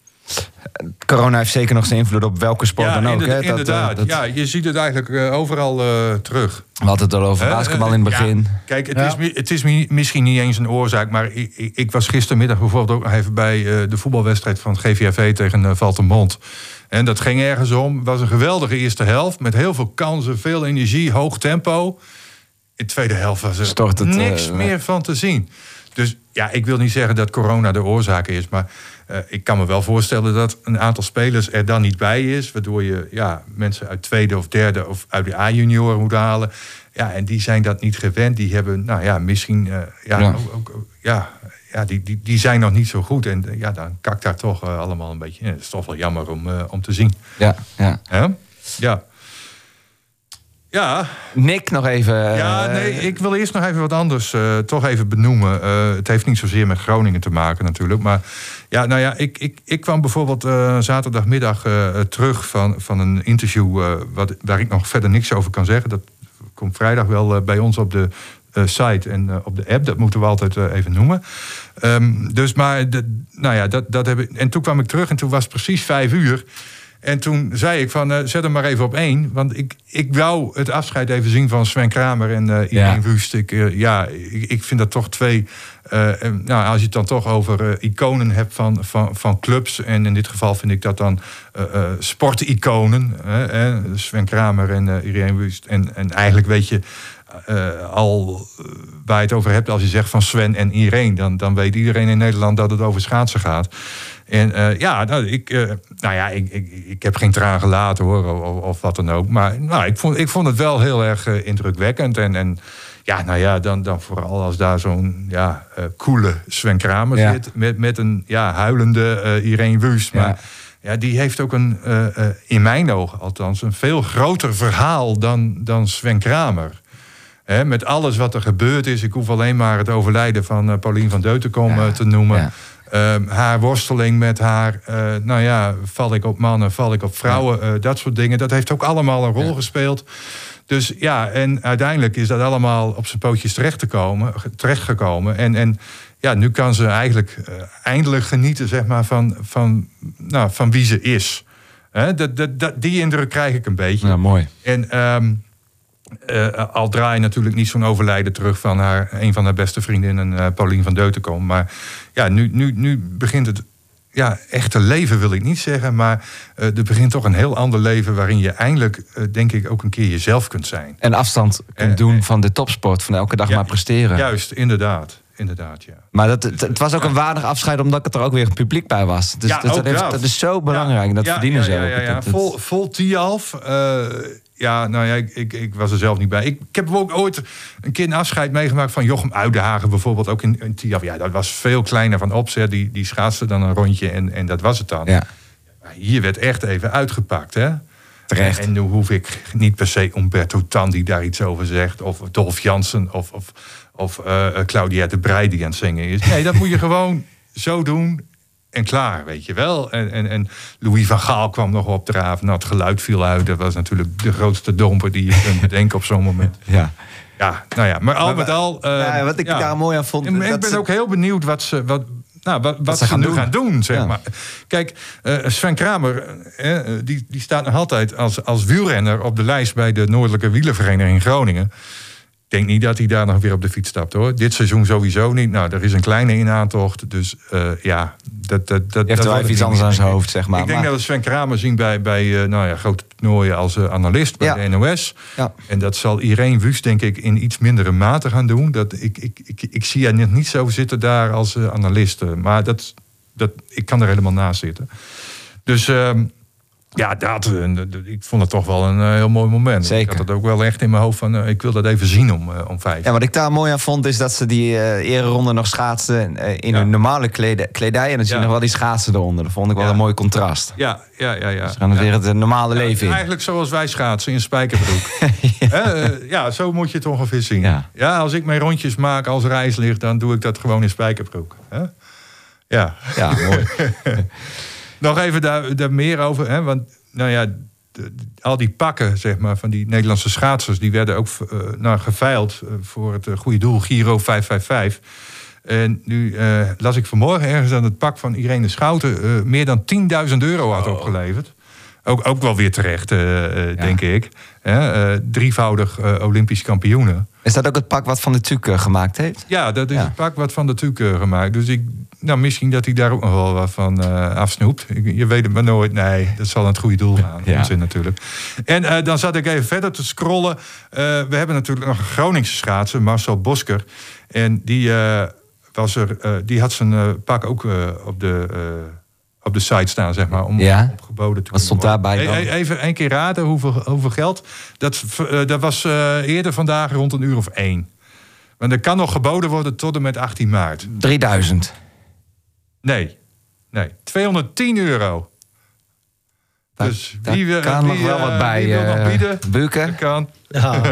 Corona heeft zeker nog zijn invloed op welke sport ja, dan ook. Inderdaad, hè? Dat, inderdaad. Dat... Ja, je ziet het eigenlijk uh, overal uh, terug. We hadden het al over uh, basketbal in het begin. Ja, kijk, het, ja. is, het is misschien niet eens een oorzaak... maar ik, ik, ik was gistermiddag bijvoorbeeld ook nog even... bij uh, de voetbalwedstrijd van G V A V tegen uh, Valtemont. En dat ging ergens om. Het was een geweldige eerste helft... met heel veel kansen, veel energie, hoog tempo. In de tweede helft was er Stort het, niks uh, meer van te zien. Dus ja, ik wil niet zeggen dat corona de oorzaak is... maar uh, ik kan me wel voorstellen dat een aantal spelers er dan niet bij is... waardoor je ja, mensen uit tweede of derde of uit de A-junioren moet halen. Ja, en die zijn dat niet gewend. Die hebben, nou ja, misschien... Uh, ja, ja. Ook, ook, ja, ja die, die, die zijn nog niet zo goed. En uh, ja, dan kakt daar toch uh, allemaal een beetje... Ja, dat is toch wel jammer om, uh, om te zien. Ja, ja. Huh? Ja. Ja. Nick, nog even... Uh... Ja, nee, ik wil eerst nog even wat anders uh, toch even benoemen. Uh, het heeft niet zozeer met Groningen te maken natuurlijk. Maar ja, nou ja, ik, ik, ik kwam bijvoorbeeld uh, zaterdagmiddag uh, terug van, van een interview... Uh, wat, waar ik nog verder niks over kan zeggen. Dat komt vrijdag wel uh, bij ons op de uh, site en uh, op de app. Dat moeten we altijd uh, even noemen. Um, dus maar, de, nou ja, dat, dat heb ik... En toen kwam ik terug en toen was het precies vijf uur... En toen zei ik van, uh, zet hem maar even op één. Want ik, ik wou het afscheid even zien van Sven Kramer en uh, Irene ja. Wust. Ik, uh, ja, ik, ik vind dat toch twee... Uh, nou, als je het dan toch over uh, iconen hebt van, van, van clubs... en in dit geval vind ik dat dan uh, uh, sporticonen. Uh, uh, Sven Kramer en uh, Irene Wust. En, en eigenlijk weet je... Uh, al uh, waar je het over hebt, als je zegt van Sven en Irene... dan, dan weet iedereen in Nederland dat het over schaatsen gaat. En uh, ja, nou, ik, uh, nou ja, ik, ik, ik heb geen traan gelaten hoor, of, of wat dan ook. Maar nou, ik, vond, ik vond het wel heel erg uh, indrukwekkend. En, en ja, nou ja, dan, dan vooral als daar zo'n ja, uh, coole Sven Kramer ja. zit... met, met een ja, huilende uh, Irene Wust. Maar ja. Ja, die heeft ook een, uh, uh, in mijn ogen althans, een veel groter verhaal dan, dan Sven Kramer. He, met alles wat er gebeurd is. Ik hoef alleen maar het overlijden van uh, Paulien van Deutenkom ja, te noemen. Ja. Uh, haar worsteling met haar, uh, nou ja, val ik op mannen, val ik op vrouwen, ja. uh, dat soort dingen. Dat heeft ook allemaal een rol ja. gespeeld. Dus ja, en uiteindelijk is dat allemaal op zijn pootjes terecht te komen, terechtgekomen. En, en ja, nu kan ze eigenlijk uh, eindelijk genieten, zeg maar, van, van, nou, van wie ze is. He, dat, dat, dat, die indruk krijg ik een beetje. Ja, mooi. En um, uh, al draai je natuurlijk niet zo'n overlijden terug van haar, een van haar beste vriendinnen, uh, Paulien van Deutenkom. Maar ja, nu, nu, nu begint het ja, echte leven, wil ik niet zeggen. Maar uh, er begint toch een heel ander leven waarin je eindelijk, uh, denk ik, ook een keer jezelf kunt zijn. En afstand kunt doen uh, van de topsport, van elke dag ja, maar presteren. Juist, inderdaad. Inderdaad, ja. Maar dat, het, het was ook een waardig afscheid, omdat het er ook weer publiek bij was. Dus, ja, dus dat, heeft, dat. dat is zo belangrijk. En dat ja, verdienen ja, ze ja, ook. Ja, ja. Dat, dat, vol vol Tialf. Uh, ja, nou ja, ik, ik, ik was er zelf niet bij. Ik, ik heb ook ooit een keer een afscheid meegemaakt van Jochem Uidenhagen bijvoorbeeld. Ook in, in Tialf. Ja, dat was veel kleiner van opzet. Die, die schaatste dan een rondje en, en dat was het dan. Ja. Maar hier werd echt even uitgepakt, hè. Terecht. En, en nu hoef ik niet per se Umberto Tan die daar iets over zegt. Of Dolf Jansen of, of, of uh, Claudia de Breij die aan het zingen is. Nee, dat moet je gewoon zo doen en klaar, weet je wel. En, en, en Louis van Gaal kwam nog opdraven. Nou, het geluid viel uit. Dat was natuurlijk de grootste domper die je kunt bedenken op zo'n moment. Ja. Ja, nou ja, maar al maar, met al... Uh, ja, wat ik ja. daar mooi aan vond... En, ik ben ze... ook heel benieuwd wat ze... Wat, Nou, wat, wat ze, ze nu doen. gaan doen, zeg ja. maar. Kijk, uh, Sven Kramer, uh, die, die staat nog altijd als, als wielrenner op de lijst bij de Noordelijke Wielervereniging Groningen. Ik denk niet dat hij daar nog weer op de fiets stapt, hoor. Dit seizoen sowieso niet. Nou, er is een kleine inaantocht, dus uh, ja... Dat, dat, dat, je heeft wel even iets anders aan zijn hoofd, zeg maar. Ik denk maar... dat we Sven Kramer zien bij, bij uh, nou ja, grote toernooien als uh, analist bij ja. de N O S. Ja. En dat zal Irene Wüst, denk ik, in iets mindere mate gaan doen. Dat, ik, ik, ik, ik zie haar net niet zo zitten daar als uh, analist. Maar dat, dat, ik kan er helemaal naast zitten. Dus... Uh, Ja, dat, ik vond het toch wel een uh, heel mooi moment. Zeker. Ik had het ook wel echt in mijn hoofd van... Uh, ik wil dat even zien om, uh, om vijf. Ja, wat ik daar mooi aan vond is dat ze die uh, ereronde nog schaatsen... Uh, in ja. hun normale kledij, kledij en dan zie je ja. nog wel die schaatsen eronder. Dat vond ik wel ja. een mooi contrast. Ja, ja, ja. ja. Dus ze gaan ja. weer het normale ja, leven in. Eigenlijk zoals wij schaatsen in spijkerbroek. ja. Uh, ja, zo moet je het ongeveer zien. Ja. ja, als ik mijn rondjes maak als reislicht... dan doe ik dat gewoon in spijkerbroek. Huh? Ja. Ja, mooi. Nog even daar, daar meer over, hè, want nou ja, de, de, al die pakken zeg maar, van die Nederlandse schaatsers... die werden ook uh, nou, geveild uh, voor het uh, goede doel, Giro vijf vijf vijf. En nu uh, las ik vanmorgen ergens dat het pak van Irene Schouten... Uh, meer dan tienduizend euro had oh. opgeleverd. Ook, ook wel weer terecht, uh, uh, ja. denk ik. Hè? Uh, drievoudig uh, Olympisch kampioene. Is dat ook het pak wat Van der Tuuk uh, gemaakt heeft? Ja, dat is ja. het pak wat Van der Tuuk uh, gemaakt. Dus ik, nou, misschien dat hij daar ook nog wel wat van uh, afsnoept. Ik, je weet het maar nooit. Nee, dat zal aan het goede doel gaan. Ja. Onzin natuurlijk. En uh, dan zat ik even verder te scrollen. Uh, we hebben natuurlijk nog een Groningse schaatser, Marcel Bosker. En die, uh, was er, uh, die had zijn uh, pak ook uh, op de... Uh, op de site staan, zeg maar, om ja? opgeboden te Wat stond daarbij dan? Even één keer raden hoeveel, hoeveel geld. Dat, uh, dat was uh, eerder vandaag rond een uur of één. Want er kan nog geboden worden tot en met achttien maart. drieduizend. Nee, nee. tweehonderdtien euro. Dat, dus dat wie, wie, kan wie, nog wel uh, wat bij wie wil uh, nog bieden? Buken. Dat kan. Ja.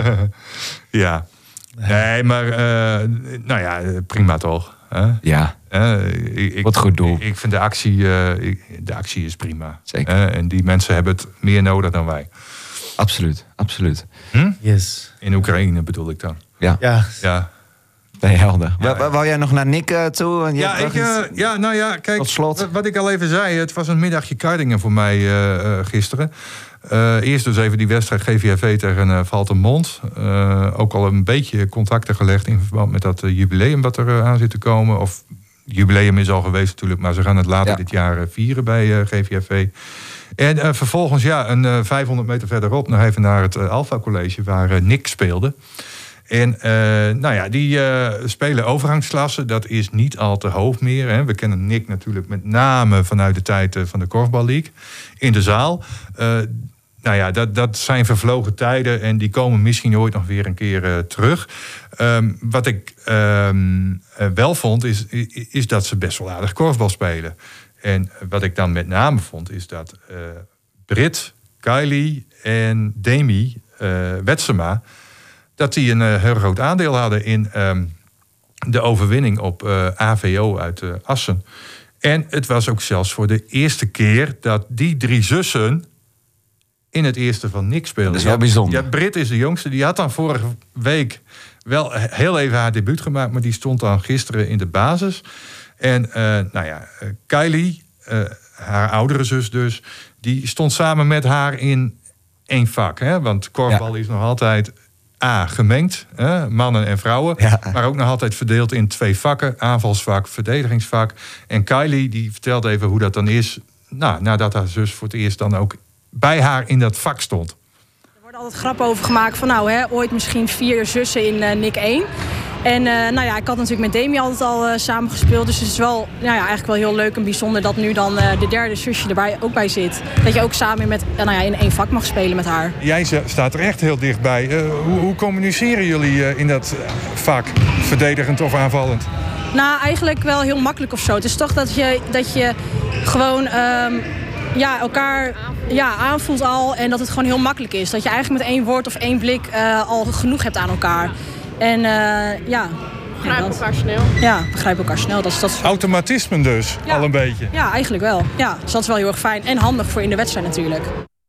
ja. Nee, maar uh, nou ja, prima toch. Huh? Ja. Uh, ik, Wat goed doel. Ik, ik vind de actie, uh, ik, de actie is prima. Zeker. Uh, en die mensen hebben het meer nodig dan wij. Absoluut, absoluut. Hm? Yes. In Oekraïne bedoel ik dan. Ja. Ja. ja. Nee, helder. Ja, ja. Wou jij nog naar Nick uh, toe? En je ja, ik, uh, iets... ja, nou ja, kijk, tot slot. Wat ik al even zei, het was een middagje kartingen voor mij uh, uh, gisteren. Uh, eerst dus even die wedstrijd G V F V tegen uh, Valtemont. Uh, ook al een beetje contacten gelegd in verband met dat uh, jubileum wat er uh, aan zit te komen. Of jubileum is al geweest natuurlijk, maar ze gaan het later ja. dit jaar uh, vieren bij uh, G V F V. En uh, vervolgens, ja, een uh, vijfhonderd meter verderop nog even naar het uh, Alpha College waar uh, Nick speelde. En uh, nou ja, die uh, spelen overgangsklasse. Dat is niet al te hoog meer. Hè. We kennen Nick natuurlijk met name vanuit de tijd uh, van de Korfbal League in de zaal. Uh, nou ja, dat, dat zijn vervlogen tijden en die komen misschien ooit nog weer een keer uh, terug. Um, wat ik um, uh, wel vond, is, is dat ze best wel aardig korfbal spelen. En wat ik dan met name vond, is dat uh, Britt, Kylie en Demi uh, Wetsema, dat die een uh, heel groot aandeel hadden in um, de overwinning op uh, A V O uit uh, Assen. En het was ook zelfs voor de eerste keer dat die drie zussen in het eerste van Nick speelden. Dat is wel bijzonder. Ja, Britt is de jongste. Die had dan vorige week wel heel even haar debuut gemaakt, maar die stond dan gisteren in de basis. En uh, nou ja, uh, Kylie, uh, haar oudere zus dus, die stond samen met haar in één vak. Hè? Want korfbal ja. is nog altijd A, gemengd, hè? Mannen en vrouwen. Ja. Maar ook nog altijd verdeeld in twee vakken. Aanvalsvak, verdedigingsvak. En Kylie die vertelde even hoe dat dan is. Nou, nadat haar zus voor het eerst dan ook bij haar in dat vak stond. Er wordt altijd grappen over gemaakt van nou, hè, ooit misschien vier zussen in uh, Nick één. En uh, nou ja, ik had natuurlijk met Demi altijd al uh, samen gespeeld. Dus het is wel nou ja, eigenlijk wel heel leuk en bijzonder dat nu dan uh, de derde zusje erbij ook bij zit. Dat je ook samen met, uh, nou ja, in één vak mag spelen met haar. Jij staat er echt heel dichtbij. Uh, hoe, hoe communiceren jullie uh, in dat vak? Verdedigend of aanvallend? Nou, eigenlijk wel heel makkelijk of zo. Het is toch dat je, dat je gewoon um, ja, elkaar ja, aanvoelt al. En dat het gewoon heel makkelijk is. Dat je eigenlijk met één woord of één blik uh, al genoeg hebt aan elkaar. En uh, ja... Begrijp dat, elkaar snel. Ja, begrijp elkaar snel. Dat is, dat is... Automatismen dus, ja. Al een beetje. Ja, eigenlijk wel. Ja, dus dat is wel heel erg fijn. En handig voor in de wedstrijd natuurlijk.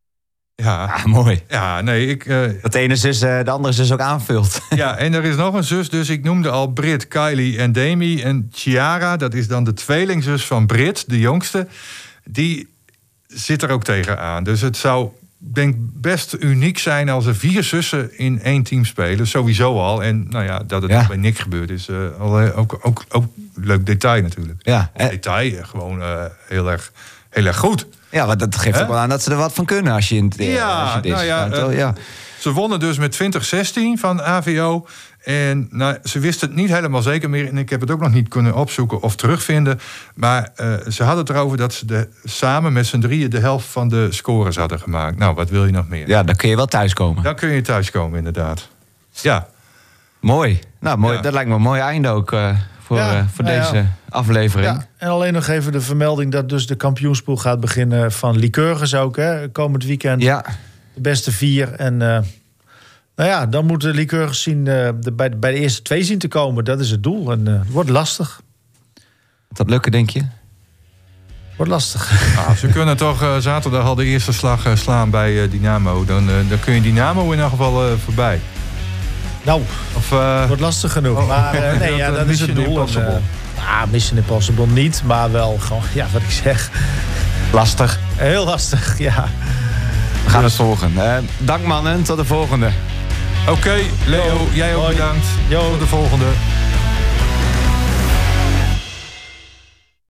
Ja, ah, mooi. Ja, nee, ik... Uh... Dat de ene zus uh, de andere zus ook aanvult. Ja, en er is nog een zus, dus ik noemde al Britt, Kylie en Demi. En Chiara, dat is dan de tweelingzus van Britt, de jongste. Die zit er ook tegenaan. Dus het zou... Ik denk best uniek zijn als er vier zussen in één team spelen. Sowieso al. En nou ja, dat het ja. bij Nick gebeurd is. Uh, al, ook, ook, ook leuk detail natuurlijk. Ja, en... Detail uh, gewoon uh, heel, erg, heel erg goed. Ja, want dat geeft He? ook wel aan dat ze er wat van kunnen als je in het ja, als je dit nou ja, uh, ja, ze wonnen dus met twintig zestien van A V O. En nou, ze wisten het niet helemaal zeker meer. En ik heb het ook nog niet kunnen opzoeken of terugvinden. Maar uh, ze hadden het erover dat ze de, samen met z'n drieën de helft van de scores hadden gemaakt. Nou, wat wil je nog meer? Ja, dan kun je wel thuiskomen. Dan kun je thuiskomen, inderdaad. Ja. Mooi. Nou, mooi. Ja. Dat lijkt me een mooi einde ook uh, voor, ja, uh, voor nou deze ja. aflevering. Ja. En alleen nog even de vermelding dat dus de kampioenspool gaat beginnen van Lycurgus ook. Hè, komend weekend. Ja. De beste vier. En... Uh, Nou ja, dan moeten de Lycurgus zien uh, de, bij, de, bij de eerste twee zien te komen. Dat is het doel. En uh, het wordt lastig. Gaat dat lukken, denk je? Wordt lastig. Ah, ze kunnen toch uh, zaterdag al de eerste slag uh, slaan bij uh, Dynamo. Dan, uh, dan kun je Dynamo in ieder geval uh, voorbij. Nou, of, uh, wordt lastig genoeg. Oh, maar uh, nee, ja, dat is het doel. Impossible. En, uh, ah, Mission Impossible niet, maar wel gewoon, ja, wat ik zeg. Lastig. Heel lastig, ja. We gaan het volgen. Uh, dank mannen, tot de volgende. Oké, okay, Leo, jij ook bedankt. Yo. Tot de volgende.